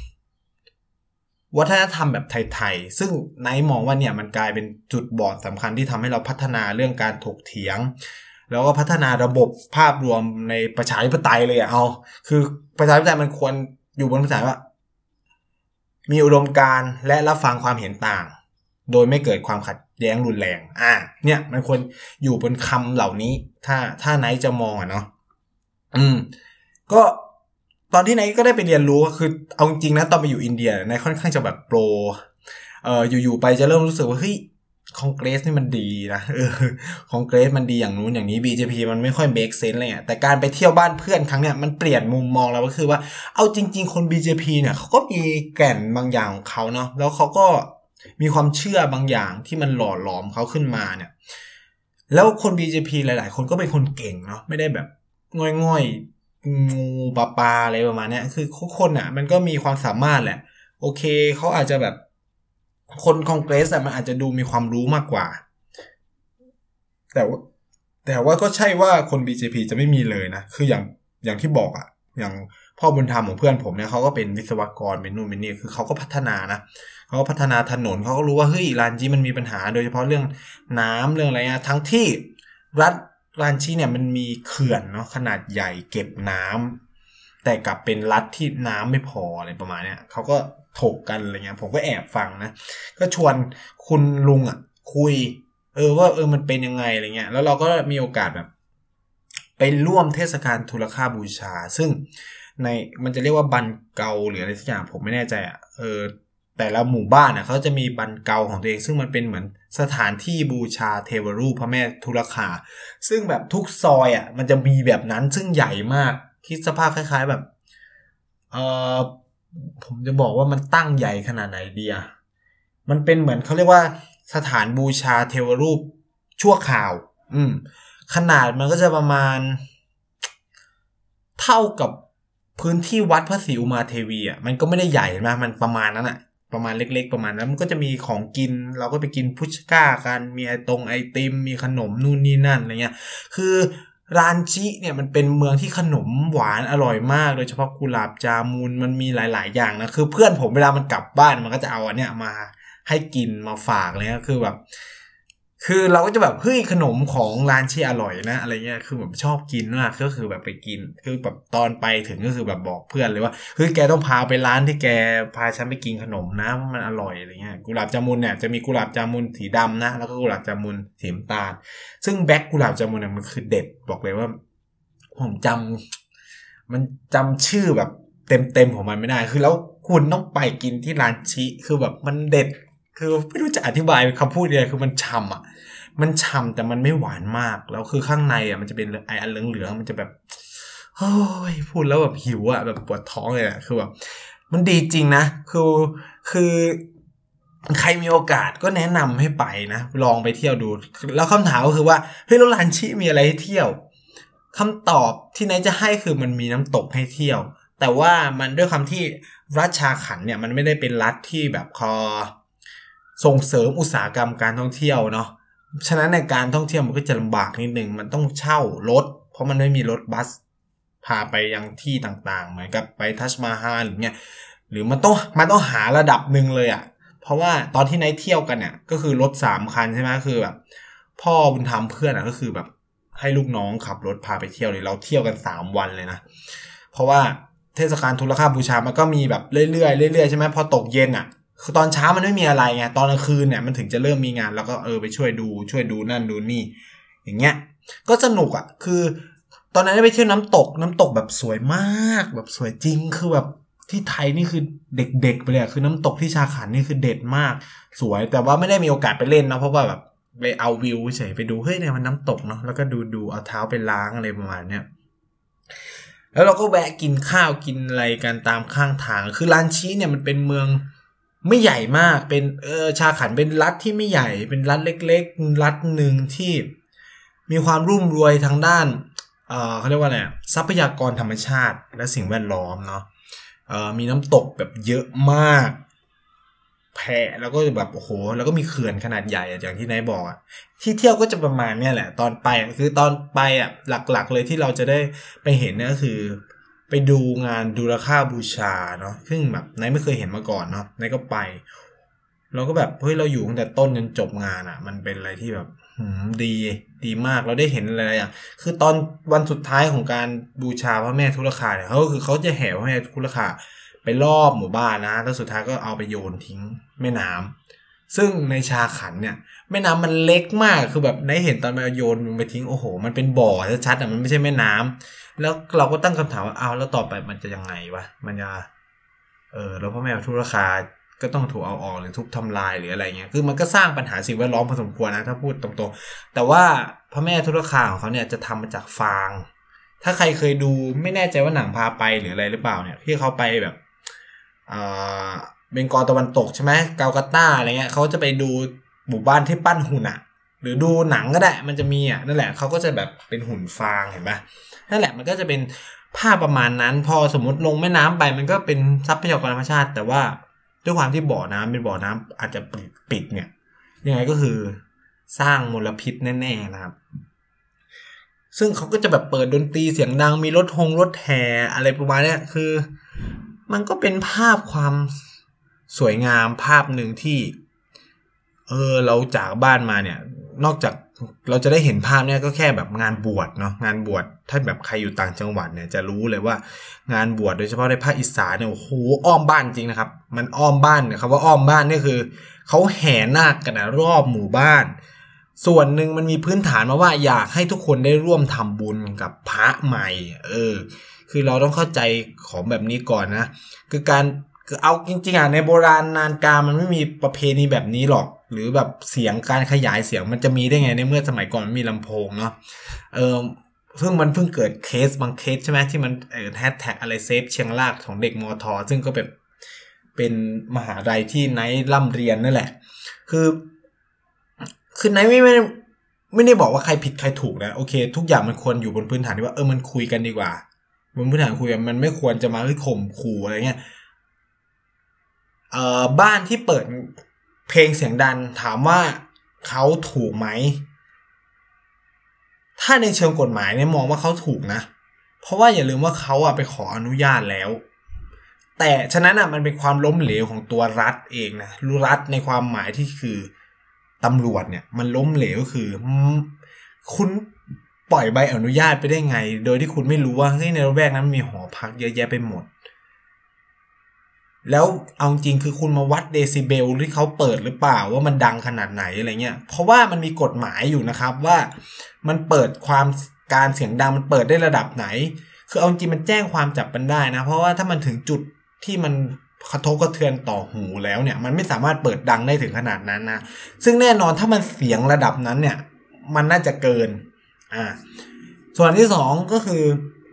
วัฒนธรรมแบบไทยๆซึ่งไนท์มองว่าเนี่ยมันกลายเป็นจุดบอดสำคัญที่ทำให้เราพัฒนาเรื่องการถกเถียงแล้วก็พัฒนาระบบภาพรวมในประชาธิปไตยเลยเอาคือประชาธิปไตยมันควรอยู่บนพื้นฐานว่ามีอุดมการณ์และรับฟังความเห็นต่างโดยไม่เกิดความขัดแย้งรุนแรงเนี่ยมันควรอยู่บนคำเหล่านี้ถ้าไนท์จะมองเนาะก็ตอนที่ไนท์ก็ได้ไปเรียนรู้ก็คือเอาจริงๆนะตอนไปอยู่อินเดียไนท์ค่อนข้างจะแบบโปรอยู่ๆไปจะเริ่มรู้สึกว่าเฮ้ยคอนเกรสนี่มันดีนะคอนเกรสมันดีอย่างนู้นอย่างนี้ BJP มันไม่ค่อยเมคเซนส์เลยแต่การไปเที่ยวบ้านเพื่อนครั้งเนี้ยมันเปลี่ยนมุมมองเราก็คือว่าเอาจริงๆคน BJP เนี่ยเขาก็มีแก่นบางอย่างของเขาเนาะแล้วเขาก็มีความเชื่อบางอย่างที่มันหล่อหลอมเขาขึ้นมาเนี่ยแล้วคน BJP หลายๆคนก็เป็นคนเก่งเนาะไม่ได้แบบง่อยๆงูปลาอะไรประมาณนี้คือทุกคนอ่ะมันก็มีความสามารถแหละโอเคเขาอาจจะแบบคนคอนเกรสมันอาจจะดูมีความรู้มากกว่าแต่ว่าก็ใช่ว่าคน BJP จะไม่มีเลยนะคืออย่างที่บอกอ่ะอย่างพ่อบุญธรรมของเพื่อนผมเนี่ยเขาก็เป็นวิศวกรเป็นนู่นเป็นนี่คือเขาก็พัฒนานะเขาก็พัฒนาถนนเขาก็รู้ว่าเฮ้ยรานจีมันมีปัญหาโดยเฉพาะเรื่องน้ำเรื่องอะไรเงี้ยทั้งที่รัฐรานจีเนี่ยมันมีเขื่อนเนาะขนาดใหญ่เก็บน้ำแต่กลับเป็นรัฐที่น้ำไม่พออะไรประมาณเนี้ยเขาก็ถกกันอะไรเงี้ยผมก็แอบฟังนะก็ชวนคุณลุงอ่ะคุยว่ามันเป็นยังไงอะไรเงี้ยแล้วเราก็มีโอกาสแบบไปร่วมเทศกาลทุลค่าบูชาซึ่งในมันจะเรียกว่าบันเกาหรืออะไรสักอย่างผมไม่แน่ใจแต่ละหมู่บ้านเขาจะมีบันเกาของตัวเองซึ่งมันเป็นเหมือนสถานที่บูชาเทวรูปพระแม่ทุลค่าซึ่งแบบทุกซอยมันจะมีแบบนั้นซึ่งใหญ่มากคิดสภาพคล้ายๆแบบผมจะบอกว่ามันตั้งใหญ่ขนาดไหนดีมันเป็นเหมือนเขาเรียกว่าสถานบูชาเทวรูปชั่วคราวขนาดมันก็จะประมาณเท่ากับพื้นที่วัดพระศรีอุมาเทวีมันก็ไม่ได้ใหญ่นะมันประมาณนั้นประมาณเล็กๆประมาณนั้นมันก็จะมีของกินเราก็ไปกินพุชก้ากันมีไอติมมีขนมนู่นนี่นั่นอะไรเงี้ยคือรานจิเนี่ยมันเป็นเมืองที่ขนมหวานอร่อยมากโดยเฉพาะกุหลาบจามุนมันมีหลายๆอย่างนะคือเพื่อนผมเวลามันกลับบ้านมันก็จะเอาอันเนี้ยมาให้กินมาฝากเลยคือแบบคือเราก็จะแบบเฮ้ยขนมของร้านที่อร่อยนะอะไรเงี้ยคือแบบชอบกินมากก็คือแบบไปกินคือแบบตอนไปถึงก็คือแบบบอกเพื่อนเลยว่าเฮ้ยแกต้องพาไปร้านที่แกพาฉันไปกินขนมนะมันอร่อยอะไรเงี้ยกุหลาบจามุนเนี่ยจะมีกุหลาบจามุนสีดำนะแล้วก็กุหลาบจามุนสีน้ำตาลซึ่งแบ็คกุหลาบจามุนเนี่ยมันคือเด็ดบอกเลยว่าผมมันจำชื่อแบบเต็มของมันไม่ได้คือแล้วคุณต้องไปกินที่ร้านชิคือแบบมันเด็ดคือไม่รู้จะอธิบายคำพูดยังไงคือมันฉ่ำมันฉ่ำแต่มันไม่หวานมากแล้วคือข้างในมันจะเป็นไออันเหลืองๆมันจะแบบโอ้ยพูดแล้วแบบหิวแบบปวดท้องเลยคือแบบมันดีจริงนะคือใครมีโอกาสก็แนะนำให้ไปนะลองไปเที่ยวดูแล้วคำถามก็คือว่าเฮ้ยแล้วร้านชิมีอะไรให้เที่ยวคำตอบที่ไหนจะให้คือมันมีน้ำตกให้เที่ยวแต่ว่ามันด้วยคำที่รัฐชาขันเนี่ยมันไม่ได้เป็นรัฐที่แบบส่งเสริมอุตสาหกรรมการท่องเที่ยวเนาะฉะนั้นในการท่องเที่ยวมันก็จะลำบากนิดนึงมันต้องเช่ารถเพราะมันไม่มีรถบัสพาไปยังที่ต่างๆเหมือนกับไปทัชมาฮาลหรือเงี้ยหรือมันต้องหาระดับนึงเลยเพราะว่าตอนที่ไนท์เที่ยวกันเนี่ยก็คือรถ3คันใช่ไหมคือแบบพ่อบุญธรรมเพื่อนก็คือแบบให้ลูกน้องขับรถพาไปเที่ยวเลยเราเที่ยวกัน3วันเลยนะเพราะว่าเทศกาลทุลค่าบูชามันก็มีแบบเรื่อยๆใช่ไหมพอตกเย็นคือตอนเช้ามันไม่มีอะไรไงตอนกลางคืนเนี่ยมันถึงจะเริ่มมีงานแล้วก็ไปช่วยดูนั่นดูนี่อย่างเงี้ยก็สนุกคือตอนนั้นได้ไปเที่ยวน้ำตกแบบสวยมากแบบสวยจริงคือแบบที่ไทยนี่คือเด็กๆไปเลยคือน้ำตกที่ชาขันนี่คือเด็ดมากสวยแต่ว่าไม่ได้มีโอกาสไปเล่นนะเพราะว่าแบบไปเอาวิวเฉยไปดูเฮ้ยเนี่ยมันน้ำตกเนาะแล้วก็ดูเอาเท้าไปล้างอะไรประมาณเนี้ยแล้วเราก็แวะกินข้าวกินอะไรกันตามข้างทางคือรานชีเนี่ยมันเป็นเมืองไม่ใหญ่มากเป็นชาขันเป็นรัฐที่ไม่ใหญ่เป็นรัฐเล็กๆรัฐหนึ่งที่มีความรุ่มรวยทางด้านเขาเรียกว่าอะไรทรัพยากรธรรมชาติและสิ่งแวดล้อมเนาะมีน้ำตกแบบเยอะมากแพแล้วก็แบบโอ้โหแล้วก็มีเขื่อนขนาดใหญ่อย่างที่นายบอกที่เที่ยวก็จะประมาณเนี้ยแหละตอนไปคือตอนไปหลักๆเลยที่เราจะได้ไปเห็นเนี่ยก็คือไปดูงานดูราคาบูชาเนาะซึ่งแบบนายไม่เคยเห็นมาก่อนเนาะนายก็ไปเราก็แบบเฮ้ยเราอยู่ตั้งแต่ต้นจนจบงานมันเป็นอะไรที่แบบดีมากเราได้เห็นอะไรคือตอนวันสุดท้ายของการบูชาพระแม่ทุรคาเนี่ยเขาจะแห่พระแม่ทุรคาไปรอบหมู่บ้านนะแล้วสุดท้ายก็เอาไปโยนทิ้งแม่น้ำซึ่งในชาขันเนี่ยแม่น้ำมันเล็กมากคือแบบได้เห็นตอนมาโยนมันไปทิ้งโอ้โหมันเป็นบ่อชัดๆมันไม่ใช่แม่น้ำแล้วเราก็ตั้งคำถามว่าแล้วต่อไปมันจะยังไงวะมันจะแล้วพระแม่ทุรคาก็ต้องถูกเอาออกหรือทุบทำลายหรืออะไรเงี้ยคือมันก็สร้างปัญหาสิ่งแวดล้อมพอสมควรนะถ้าพูดตรงๆแต่ว่าพระแม่ทุรคาของเขาเนี่ยจะทำมาจากฟางถ้าใครเคยดูไม่แน่ใจว่าหนังพาไปหรืออะไรหรือเปล่าเนี่ยที่เขาไปแบบเบงกอลตะวันตกใช่ไหมกาลกัตตาอะไรเงี้ยเขาจะไปดูหมู่บ้านที่ปั้นหุ่นหรือดูหนังก็ได้มันจะมีนั่นแหละเขาก็จะแบบเป็นหุ่นฟางเห็นปะนั่นแหละมันก็จะเป็นภาพประมาณนั้นพอสมมติลงแม่น้ำไปมันก็เป็นทรัพยากรธรรมชาติแต่ว่าด้วยความที่บ่อน้ำเป็นบ่อน้ำอาจจะปิดเนี่ยยังไงก็คือสร้างมลพิษแน่ๆนะครับซึ่งเขาก็จะแบบเปิดดนตรีเสียงดังมีรถแห่อะไรประมาณนี้คือมันก็เป็นภาพความสวยงามภาพหนึ่งที่เราจากบ้านมาเนี่ยนอกจากเราจะได้เห็นภาพเนี่ยก็แค่แบบงานบวชเนาะงานบวชถ้าแบบใครอยู่ต่างจังหวัดเนี่ยจะรู้เลยว่างานบวชโดยเฉพาะในภาคอีสานเนี่ยโอ้โหอ้อมบ้านจริงนะครับมันอ้อมบ้านเนี่ยคำว่าอ้อมบ้านนี่คือเขาแห่นาคกันรอบหมู่บ้านส่วนหนึ่งมันมีพื้นฐานมาว่าอยากให้ทุกคนได้ร่วมทำบุญกับพระใหม่คือเราต้องเข้าใจของแบบนี้ก่อนนะคือเอาจริงๆในโบราณนานกาลมันไม่มีประเพณีแบบนี้หรอกหรือแบบเสียงการขยายเสียงมันจะมีได้ไงในเมื่อสมัยก่อนมันมีลำโพงเนาะมันเพิ่งเกิดเคสบางเคสใช่ไหมที่มันแฮชแท็กอะไรเซฟเชียงรากของเด็กมอทอซึ่งก็แบบเป็นมหาลัยที่ไนท์ร่ำเรียนนั่นแหละคือไนท์ไม่ได้บอกว่าใครผิดใครถูกนะโอเคทุกอย่างมันควรอยู่บนพื้นฐานที่ว่ามันคุยกันดีกว่าบนพื้นฐานคุยกันมันไม่ควรจะมาข่มขู่อะไรเงี้ยบ้านที่เปิดเพลงเสียงดังถามว่าเขาถูกไหมถ้าในเชิงกฎหมายเนี่ยมองว่าเขาถูกนะเพราะว่าอย่าลืมว่าเขาไปขออนุญาตแล้วแต่ฉะนั้นมันเป็นความล้มเหลวของตัวรัฐเองนะรัฐในความหมายที่คือตำรวจเนี่ยมันล้มเหลวคือคุณปล่อยใบอนุญาตไปได้ไงโดยที่คุณไม่รู้ว่าในระแวกนั้นมีหอพักเยอะแยะไปหมดแล้วเอาจริงคือคุณมาวัดเดซิเบลที่เขาเปิดหรือเปล่าว่ามันดังขนาดไหนอะไรเงี้ยเพราะว่ามันมีกฎหมายอยู่นะครับว่ามันเปิดการเสียงดังมันเปิดได้ระดับไหนคือเอาจริงมันแจ้งความจับมันได้นะเพราะว่าถ้ามันถึงจุดที่มันกระทบกระเทือนต่อหูแล้วเนี่ยมันไม่สามารถเปิดดังได้ถึงขนาดนั้นนะซึ่งแน่นอนถ้ามันเสียงระดับนั้นเนี่ยมันน่าจะเกินส่วนที่สองก็คือ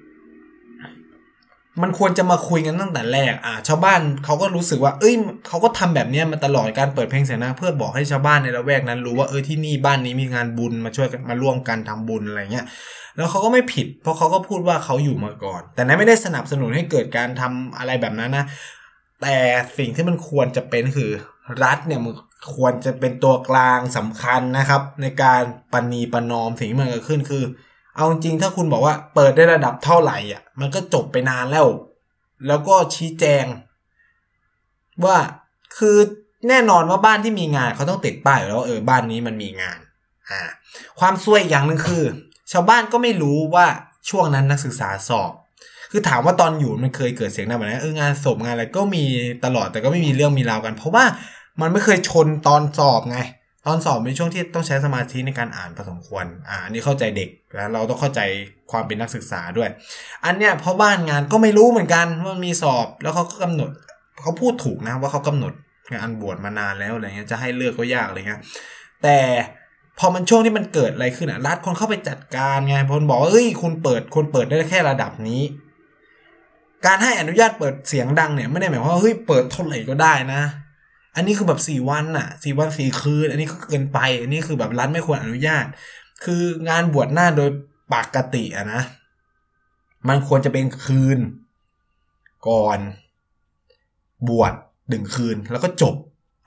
มันควรจะมาคุยกันตั้งแต่แรกชาวบ้านเขาก็รู้สึกว่าเขาก็ทำแบบนี้มาตลอดการเปิดเพลงเสียงดังเพื่อบอกให้ชาวบ้านในละแวกนั้นรู้ว่าที่นี่บ้านนี้มีงานบุญมาช่วยกันมาร่วมกันทำบุญอะไรเงี้ยแล้วเขาก็ไม่ผิดเพราะเขาก็พูดว่าเขาอยู่มาก่อนแต่นั้นไม่ได้สนับสนุนให้เกิดการทำอะไรแบบนั้นนะแต่สิ่งที่มันควรจะเป็นคือรัฐเนี่ยมันควรจะเป็นตัวกลางสำคัญนะครับในการประนีประนอมสิ่งที่มันเกิดขึ้นคือเอาจริงถ้าคุณบอกว่าเปิดได้ระดับเท่าไหร่มันก็จบไปนานแล้วก็ชี้แจงว่าคือแน่นอนว่าบ้านที่มีงานเขาต้องติดป้ายแล้วบ้านนี้มันมีงานความซวยอย่างนึงคือชาวบ้านก็ไม่รู้ว่าช่วงนั้นนักศึกษาสอบคือถามว่าตอนอยู่มันเคยเกิดเสียงดังแบบนั้นงานศพงานอะไรก็มีตลอดแต่ก็ไม่มีเรื่องมีราวกันเพราะว่ามันไม่เคยชนตอนสอบไงตอนสอบเป็นช่วงที่ต้องใช้สมาธิในการอ่านพอสมควรอันนี้เข้าใจเด็กแล้วเราต้องเข้าใจความเป็นนักศึกษาด้วยอันเนี้ยเพราะบ้านงานก็ไม่รู้เหมือนกันว่ามีสอบแล้วเขาก็กำหนดเขาพูดถูกนะว่าเขากำหนดงานบวชมานานแล้วอะไรเงี้ยจะให้เลือกก็ยากอะไรเงี้ยแต่พอมันช่วงที่มันเกิดอะไรขึ้นรัฐคนเข้าไปจัดการไงพลบอกว่าคุณเปิดได้แค่ระดับนี้การให้อนุญาตเปิดเสียงดังเนี่ยไม่ได้หมายความว่าเปิดเท่าไหร่ก็ได้นะอันนี้คือแบบ4 วัน4 วัน 4 คืนอันนี้ก็เกินไปอันนี้คือแบบรัฐไม่ควรอนุญาตคืองานบวชหน้าโดยปกตินะมันควรจะเป็นคืนก่อนบวช1 คืนแล้วก็จบ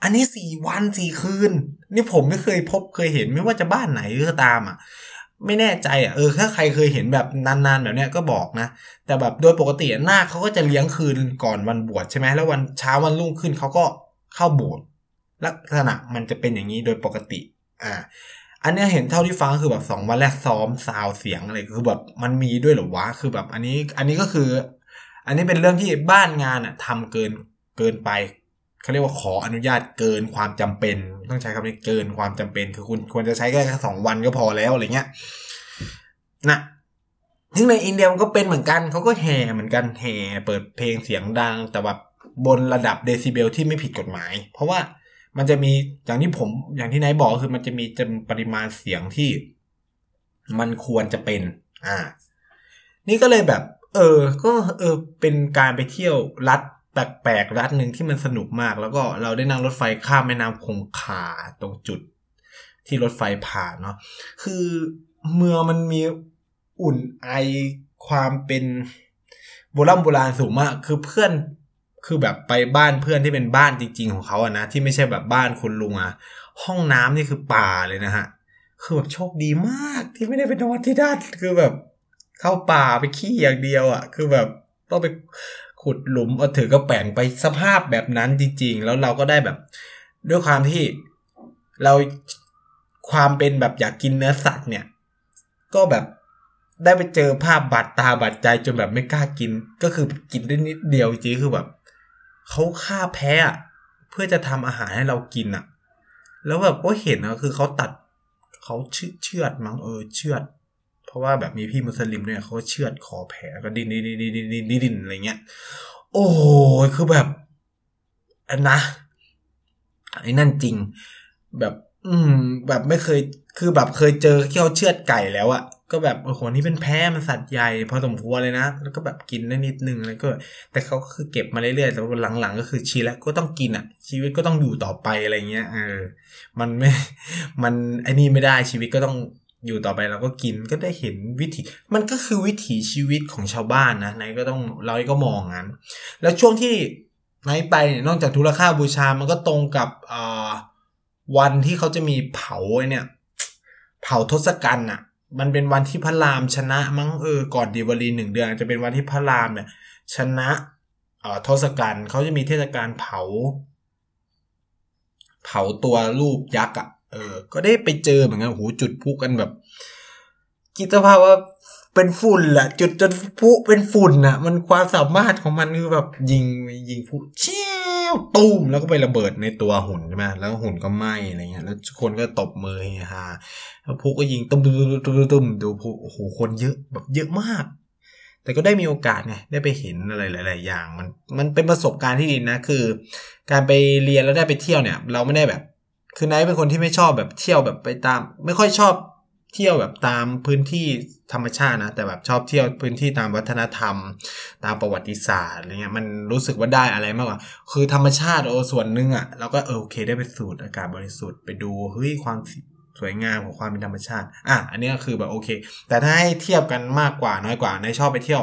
อันนี้4 วัน 4 คืนนี่ผมไม่เคยเคยเห็นไม่ว่าจะบ้านไหนก็ตามอ่ะไม่แน่ใจอ่ะถ้าใครเคยเห็นแบบนานๆแบบเนี้ยก็บอกนะแต่แบบโดยปกตินาคเขาก็จะเลี้ยงคืนก่อนวันบวชใช่ไหมแล้ววันเช้าวันรุ่งขึ้นเขาก็เข้าโบสถ์ลักษณะมันจะเป็นอย่างนี้โดยปกติอันนี้เห็นเท่าที่ฟังคือแบบ2 วันแรกซ้อมซาวเสียงอะไรคือแบบมันมีด้วยเหรอวะคือแบบอันนี้ก็คืออันนี้เป็นเรื่องที่บ้านงานอ่ะทำเกินไปเขาเรียกว่าขออนุญาตเกินความจำเป็นต้องใช้คำนี้เกินความจำเป็นคือคุณควรจะใช้แค่2 วันก็พอแล้วอะไรเงี้ยนะซึ่งในอินเดียมันก็เป็นเหมือนกันเขาก็แห่เหมือนกันแห่เปิดเพลงเสียงดังแต่แบบบนระดับเดซิเบลที่ไม่ผิดกฎหมายเพราะว่ามันจะมีอย่างที่นายบอกคือมันจะมีปริมาณเสียงที่มันควรจะเป็นนี่ก็เลยแบบก็เป็นการไปเที่ยวรัฐแปลกๆรัฐหนึ่งที่มันสนุกมากแล้วก็เราได้นั่งรถไฟข้ามแม่น้ำคงคาตรงจุดที่รถไฟผ่านเนาะคือเมืองมันมีอุ่นไอความเป็นโบราณสูงมากคือเพื่อนคือแบบไปบ้านเพื่อนที่เป็นบ้านจริงๆของเขาอะนะที่ไม่ใช่แบบบ้านคุณลุงอะห้องน้ำนี่คือป่าเลยนะฮะคือแบบโชคดีมากที่ไม่ได้ไปนอนที่นั่นคือแบบเข้าป่าไปขี้อย่างเดียวอ่ะคือแบบต้องไปขุดหลุมถือกระแป้งไปสภาพแบบนั้นจริงๆแล้วเราก็ได้แบบด้วยความที่เราความเป็นแบบอยากกินเนื้อสัตว์เนี่ยก็แบบได้ไปเจอภาพบาดตาบาดใจจนแบบไม่กล้ากินก็คือกินได้นิดเดียวจริงๆคือแบบเขาฆ่าแพะเพื่อจะทำอาหารให้เรากินอ่ะแล้วแบบก็เห็นนะคือเขาตัดเขาเชือดมั้งเชือดเพราะว่าแบบมีพี่มุสลิมเนี่ยเขาเชือดคอแผลก็ดิ้นอะไรเงี้ยโอ้ยคือแบบนะไอ้นั่นจริงแบบแบบไม่เคยคือแบบเคยเจอที่เขาเชือดไก่แล้วอะก็แบบโอ้โหนี่เป็นแพ้มันสัตว์ใหญ่พอสมควรเลยนะแล้วก็แบบกินได้นิดนึงแล้วก็แต่เขาก็คือเก็บมาเรื่อยๆแต่ว่าหลังๆก็คือชีแล้วก็ต้องกินอะชีวิตก็ต้องอยู่ต่อไปอะไรเงี้ยมันไม่มันไอ้นี่ไม่ได้ชีวิตก็ต้องอยู่ต่อไปเราก็กินก็ได้เห็นวิถีมันก็คือวิถีชีวิตของชาวบ้านนะไหนก็ต้องเราก็มองงั้นแล้วช่วงที่ไหนไปนอกจากธุรค่าบูชามันก็ตรงกับวันที่เขาจะมีเผาเนี่ยเผาทศกัณฐ์อ่ะมันเป็นวันที่พระรามชนะมั้งก่อนดีวลี1 เดือนจะเป็นวันที่พระรามเนี่ยชนะทศกัณฐ์เขาจะมีเทศกาลเผาตัวรูปยักษ์อ่ะก็ได้ไปเจอเหมือนกันโหจุดพลุกันแบบคิดสภาพว่าเป็นฝุ่นแหละจุดจนพลุเป็นฝุ่นน่ะมันความสามารถของมันคือแบบยิงพลุเชี่ยวตูมแล้วก็ไประเบิดในตัวหุ่นใช่ไหมแล้วหุ่นก็ไหม้อะไรเงี้ยแล้วคนก็ตบมือเฮฮาแล้วพลุก็ยิงตุ้มดูพลุโอ้โหคนเยอะแบบเยอะมากแต่ก็ได้มีโอกาสไงได้ไปเห็นอะไรหลายๆอย่างมันเป็นประสบการณ์ที่ดีนะคือการไปเรียนแล้วได้ไปเที่ยวเนี่ยเราไม่ได้แบบคือไนท์เป็นคนที่ไม่ชอบแบบเที่ยวแบบไปตามไม่ค่อยชอบเที่ยวแบบตามพื้นที่ธรรมชาตินะแต่แบบชอบเที่ยวพื้นที่ตามวัฒนธรรมตามประวัติศาสตร์อะไรเงี้ยมันรู้สึกว่าได้อะไรมากกว่าคือธรรมชาติส่วนหนึ่งอ่ะเราก็โอเคได้ไปสูดอากาศบริสุทธิ์ไปดูเฮ้ยความสวยงามของความเป็นธรรมชาติอันนี้ก็คือแบบโอเคแต่ถ้าให้เทียบกันมากกว่าน้อยกว่าในชอบไปเที่ยว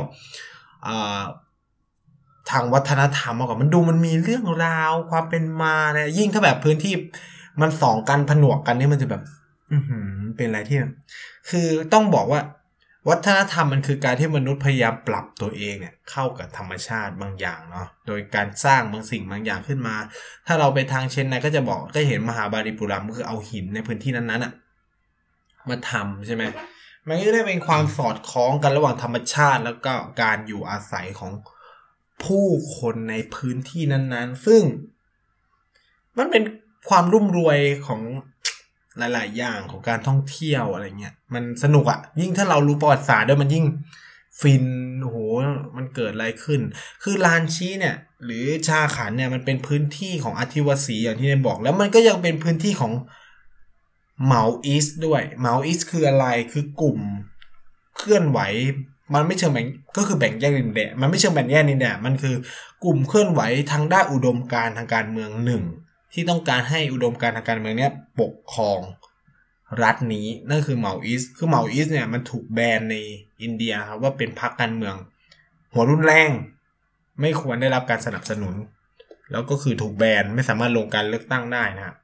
ทางวัฒนธรรมมากกว่ามันมีเรื่องราวความเป็นมาเนี่ยยิ่งถ้าแบบพื้นที่มันสองกันผนวกกันนี่มันจะแบบเป็นอะไรที่คือต้องบอกว่าวัฒนธรรมมันคือการที่มนุษย์พยายามปรับตัวเองเนี่ยเข้ากับธรรมชาติบางอย่างเนาะโดยการสร้างบางสิ่งบางอย่างขึ้นมาถ้าเราไปทางเชนไนก็จะบอกก็เห็นมหาบาลีปุรัมก็คือเอาหินในพื้นที่นั้นๆอะมาทำใช่ไหมมันก็ได้เป็นความสอดคล้องกันระหว่างธรรมชาติแล้วก็การอยู่อาศัยของผู้คนในพื้นที่นั้นๆซึ่งมันเป็นความรุ่มรวยของหลายๆอย่างของการท่องเที่ยวอะไรเงี้ยมันสนุกอ่ะยิ่งถ้าเรารู้ประวัติศาสตร์ด้วยมันยิ่งฟินโอ้โหมันเกิดอะไรขึ้นคือลานชีเนี่ยหรือชาขันเนี่ยมันเป็นพื้นที่ของอธิวสีอย่างที่ได้บอกแล้วมันก็ยังเป็นพื้นที่ของเหมาอีสด้วยเหมาอีสคืออะไรคือกลุ่มเคลื่อนไหวมันไม่เชิงแบ่งก็คือแบ่งแยกดินแดนมันไม่เชิงแบ่งแยกดินแดนมันคือกลุ่มเคลื่อนไหวทางด้านอุดมการณ์ทางการเมืองหนึ่งที่ต้องการให้อุดมการณ์ทางการเมืองเนี้ยปกครองรัฐนี้นั่นคือเหมาอีสคือเหมาอีสเนี่ยมันถูกแบนในอินเดียครับว่าเป็นพรรคการเมืองหัวรุนแรงไม่ควรได้รับการสนับสนุนแล้วก็คือถูกแบนไม่สามารถลงการเลือกตั้งได้นะครับ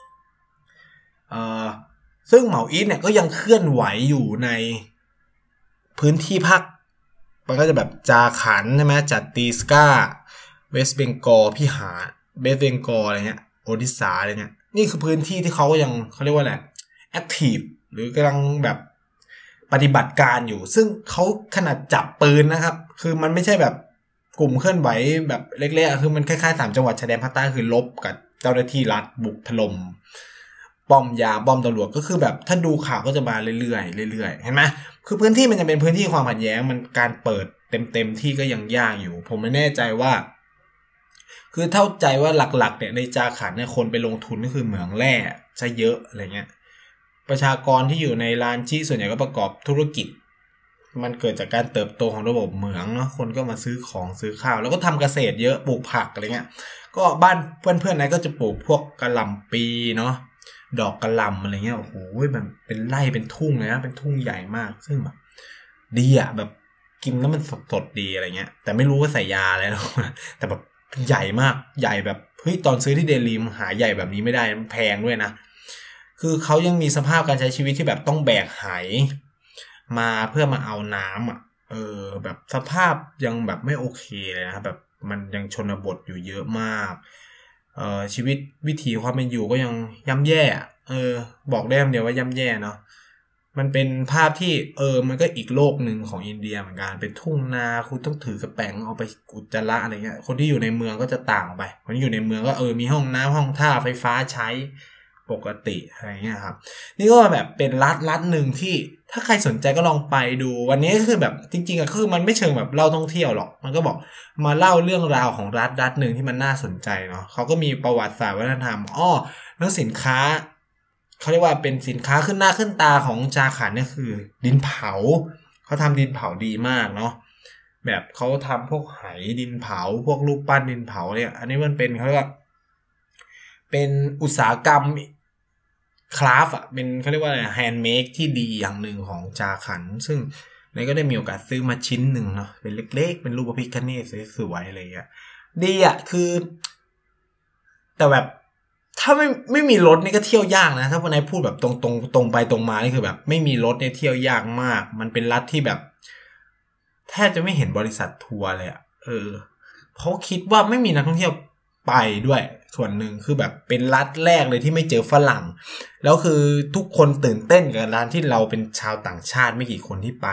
ซึ่งเหมาอีทเนี่ยก็ยังเคลื่อนไหวอยู่ในพื้นที่ภาคมันก็จะแบบจาขันใช่ไหมจัตติสกาเวสต์เบงกอลพิหารเวสต์เบงกอลอะไรเงี้ยโอดิสาอะไรเงี้ยนี่คือพื้นที่ที่เขายังเขาเรียกว่าอะไรแอคทีฟหรือกำลังแบบปฏิบัติการอยู่ซึ่งเขาขนาดจับปืนนะครับคือมันไม่ใช่แบบกลุ่มเคลื่อนไหวแบบเล็กๆคือมันคล้ายๆ3จังหวัดชายแดนภาคใต้คือลบกับเจ้าหน้าที่รัฐบุกถล่มป้อมยามป้อมตำรวจก็คือแบบถ้าดูข่าวก็จะมาเรื่อยๆเรื่อยๆเห็นไหมคือพื้นที่มันจะเป็นพื้นที่ความขัดแย้งมันการเปิดเต็มที่ก็ยังยากอยู่ผมไม่แน่ใจว่าคือเข้าใจว่าหลักๆเนี่ยในจาขันเนี่ยคนไปลงทุนก็คือเหมืองแร่ซะเยอะอะไรเงี้ยประชากรที่อยู่ในลานชี้ส่วนใหญ่ก็ประกอบธุรกิจมันเกิดจากการเติบโตของระบบเหมืองเนาะคนก็มาซื้อของซื้อข้าวแล้วก็ทำเกษตรเยอะปลูกผักอะไรเงี้ยก็บ้านเพื่อนๆนั้นก็จะปลูกพวกกะหล่ำปีเนาะดอกกะหล่ำอะไรเงี้ยโอ้โหมันเป็นไร่เป็นทุ่งเลยนะเป็นทุ่งใหญ่มากซึ่งแบบดีอ่ะแบบกินแล้วมันสดๆดีอะไรเงี้ยแต่ไม่รู้ว่าใส่ยาอะไรหรอกแต่แบบใหญ่มากใหญ่แบบเฮ้ยตอนซื้อที่เดลีมหาใหญ่แบบนี้ไม่ได้มันแพงด้วยนะคือเขายังมีสภาพการใช้ชีวิตที่แบบต้องแบกไหมาเพื่อมาเอาน้ำอ่ะแบบสภาพยังแบบไม่โอเคเลยนะแบบมันยังชนบทอยู่เยอะมากชีวิตวิถีความเป็นอยู่ก็ยังย่ำแย่บอกได้คำเดียวว่าย่ำแย่เนาะมันเป็นภาพที่มันก็อีกโลกหนึ่งของอินเดียเหมือนกันเป็นทุ่งนาคุณต้องถือกระแป๋งเอาไปอุจจาระอะไรเงี้ยคนที่อยู่ในเมืองก็จะต่างไปคนที่อยู่ในเมืองก็มีห้องน้ำห้องท่าไฟฟ้าใช้ปกติอะไรเงี้ยครับนี่ก็แบบเป็นรัฐหนึ่งที่ถ้าใครสนใจก็ลองไปดูวันนี้ก็คือแบบจริงๆอะคือมันไม่เชิงแบบเล่าท่องเที่ยวหรอกมันก็บอกมาเล่าเรื่องราวของรัฐหนึ่งที่มันน่าสนใจเนาะเขาก็มีประวัติศาสตร์วัฒนธรรมเรื่องสินค้าเขาเรียกว่าเป็นสินค้าขึ้นหน้าขึ้นตาของจาขันเนี่ยคือดินเผาเขาทำดินเผาดีมากเนาะแบบเขาทำพวกไหดินเผาพวกรูปปั้นดินเผาเนี่ยอันนี้มันเป็นเขาเรียกว่าเป็นอุตสาหกรรมคราฟต์เป็นเขาเรียกว่าอะไรแฮนด์เมดที่ดีอย่างหนึ่งของจาขันซึ่งนายก็ได้มีโอกาสซื้อมาชิ้นหนึ่งเนาะเป็นเล็กๆเป็นรูปพระพิฆเนศสวยๆอะไรอย่างเงี้ยดีคือแต่แบบถ้าไม่มีรถนี่ก็เที่ยวยากนะถ้าวันไหนพูดแบบตรงไปตรงมานี่คือแบบไม่มีรถเนี่ยเที่ยวยากมากมันเป็นรัฐที่แบบแทบจะไม่เห็นบริษัททัวร์เลยเพราะคิดว่าไม่มีนักท่องเที่ยวไปด้วยส่วนหนึ่งคือแบบเป็นรัฐแรกเลยที่ไม่เจอฝรั่งแล้วคือทุกคนตื่นเต้นกับร้านที่เราเป็นชาวต่างชาติไม่กี่คนที่ไป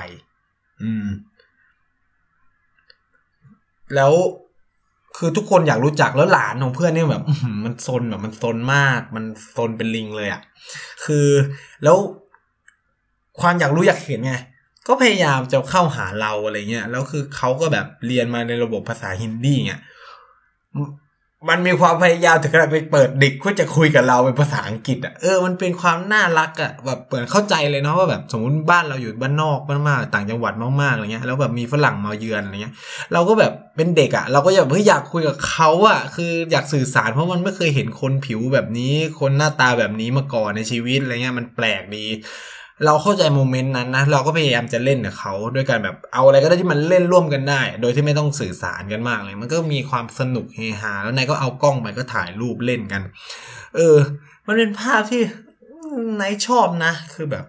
แล้วคือทุกคนอยากรู้จักแล้วหลานของเพื่อนนี่แบบมันซนแบบมันซนมากมันซนเป็นลิงเลยคือแล้วความอยากรู้อยากเห็นไงก็พยายามจะเข้าหาเราอะไรเงี้ยแล้วคือเขาก็แบบเรียนมาในระบบภาษาฮินดีเงี้ยมันมีความพยายามถึงขนาดไปเปิดดิกเพื่อจะคุยกับเราเป็นภาษาอังกฤษมันเป็นความน่ารักแบบเปิดเข้าใจเลยเนาะว่าแบบสมมติบ้านเราอยู่บ้านนอกมากๆต่างจังหวัดมากๆอะไรเงี้ยแล้วแบบมีฝรั่งมาเยือนอะไรเงี้ยเราก็แบบเป็นเด็กเราก็อยากคุยกับเขาคืออยากสื่อสารเพราะมันไม่เคยเห็นคนผิวแบบนี้คนหน้าตาแบบนี้มาก่อนในชีวิตอะไรเงี้ยมันแปลกดีเราเข้าใจโมเมนต์นั้นนะเราก็พยายามจะเล่นกับเขาด้วยการแบบเอาอะไรก็ได้ที่มันเล่นร่วมกันได้โดยที่ไม่ต้องสื่อสารกันมากเลยมันก็มีความสนุกเฮฮาแล้วนายก็เอากล้องไปก็ถ่ายรูปเล่นกันมันเป็นภาพที่นายชอบนะคือแบบ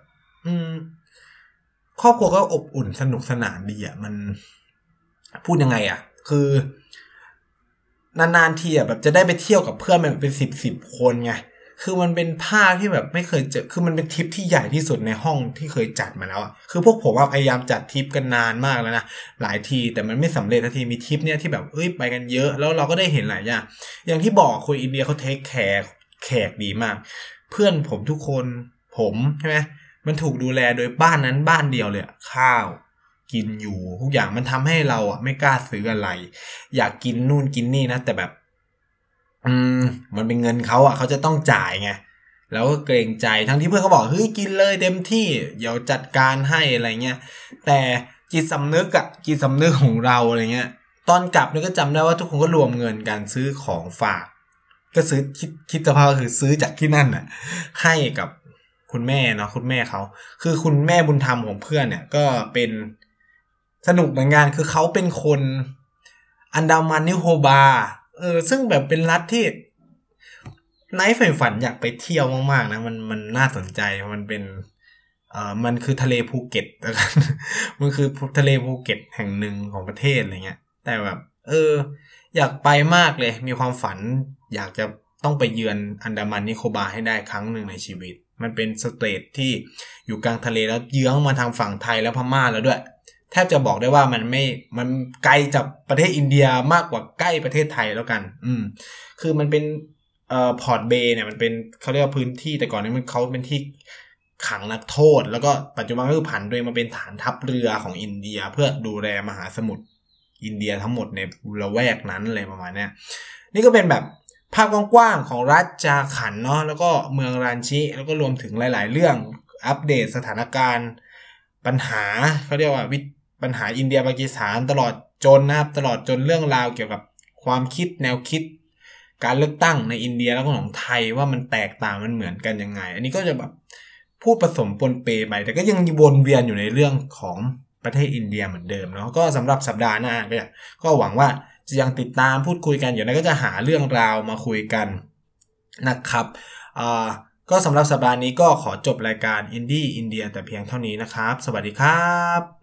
ครอบครัวก็อบอุ่นสนุกสนานดีมันพูดยังไงคือนานๆทีแบบจะได้ไปเที่ยวกับเพื่อนมันเป็น10คนไงคือมันเป็นภาพที่แบบไม่เคยเจอคือมันเป็นทริปที่ใหญ่ที่สุดในห้องที่เคยจัดมาแล้วคือพวกผมพยายามจัดทริปกันนานมากแล้วนะหลายทีแต่มันไม่สำเร็จทันทีมีทริปเนี่ยที่แบบไปกันเยอะแล้วเราก็ได้เห็นหลายอย่างที่บอกคนอินเดียเขาเทคแขกดีมากเพื่อนผมทุกคนผมใช่ไหมมันถูกดูแลโดยบ้านนั้นบ้านเดียวเลยข้าวกินอยู่ทุกอย่างมันทำให้เราไม่กล้าซื้ออะไรอยากกินนู่นกินนี่นะแต่แบบมันเป็นเงินเขาเขาจะต้องจ่ายไงแล้วก็เกรงใจทั้งที่เพื่อนเขาบอกเฮ้ยกินเลยเต็มที่เดี๋ยวจัดการให้อะไรเงี้ยแต่จิตสำนึกของเราอะไรเงี้ยตอนกลับเนี่ยก็จำได้ว่าทุกคนก็รวมเงินกันซื้อของฝากก็ซื้อคิดสภาพก็คือซื้อจากที่นั่นให้กับคุณแม่เนาะคุณแม่เขาคือคุณแม่บุญธรรมของเพื่อนเนี่ยก็เป็นสนุกเหมือนกันคือเขาเป็นคนอันดามันนิโคบาร์ซึ่งแบบเป็นรัฐที่ไนท์ใฝ่ฝันอยากไปเที่ยวมากๆนะมันน่าสนใจมันเป็นมันคือทะเลภูเก็ตแล้วกันมันคือทะเลภูเก็ตแห่งหนึ่งของประเทศอะไรเงี้ยแต่แบบอยากไปมากเลยมีความฝันอยากจะต้องไปเยือนอันดามันนิโคบาให้ได้ครั้งหนึ่งในชีวิตมันเป็นสเตทที่อยู่กลางทะเลแล้วเยื้องมาทางฝั่งไทยและพม่าแล้วด้วยแทบจะบอกได้ว่ามันไกลจากประเทศอินเดียมากกว่าใกล้ประเทศไทยแล้วกันคือมันเป็นพอร์ตเบย์เนี่ยมันเป็นเขาเรียกว่าพื้นที่แต่ก่อนนี้เขาเป็นที่ขังนักโทษแล้วก็ปัจจุบันก็คือผันตัวเองมาเป็นฐานทัพเรือของอินเดียเพื่อดูแลมหาสมุทรอินเดียทั้งหมดในละแวกนั้นอะไรประมาณนี้นี่ก็เป็นแบบภาพกว้างๆของรัฐจาขันเนาะแล้วก็เมืองรันชิแล้วก็รวมถึงหลายๆเรื่องอัปเดตสถานการณ์ปัญหาเขาเรียกว่าปัญหาอินเดียปากีสถานตลอดจนนะครับตลอดจนเรื่องราวเกี่ยวกับความคิดแนวคิดการเลือกตั้งในอินเดียแล้วก็ของไทยว่ามันแตกต่างมันเหมือนกันยังไงอันนี้ก็จะแบบพูดผสมปนเปไปแต่ก็ยังวนเวียนอยู่ในเรื่องของประเทศอินเดียเหมือนเดิมเนาะก็สำหรับสัปดาห์หน้าก็หวังว่าจะยังติดตามพูดคุยกันอยู่นะก็จะหาเรื่องราวมาคุยกันนะครับก็สำหรับสัปดาห์นี้ก็ขอจบรายการ Indie India แต่เพียงเท่านี้นะครับสวัสดีครับ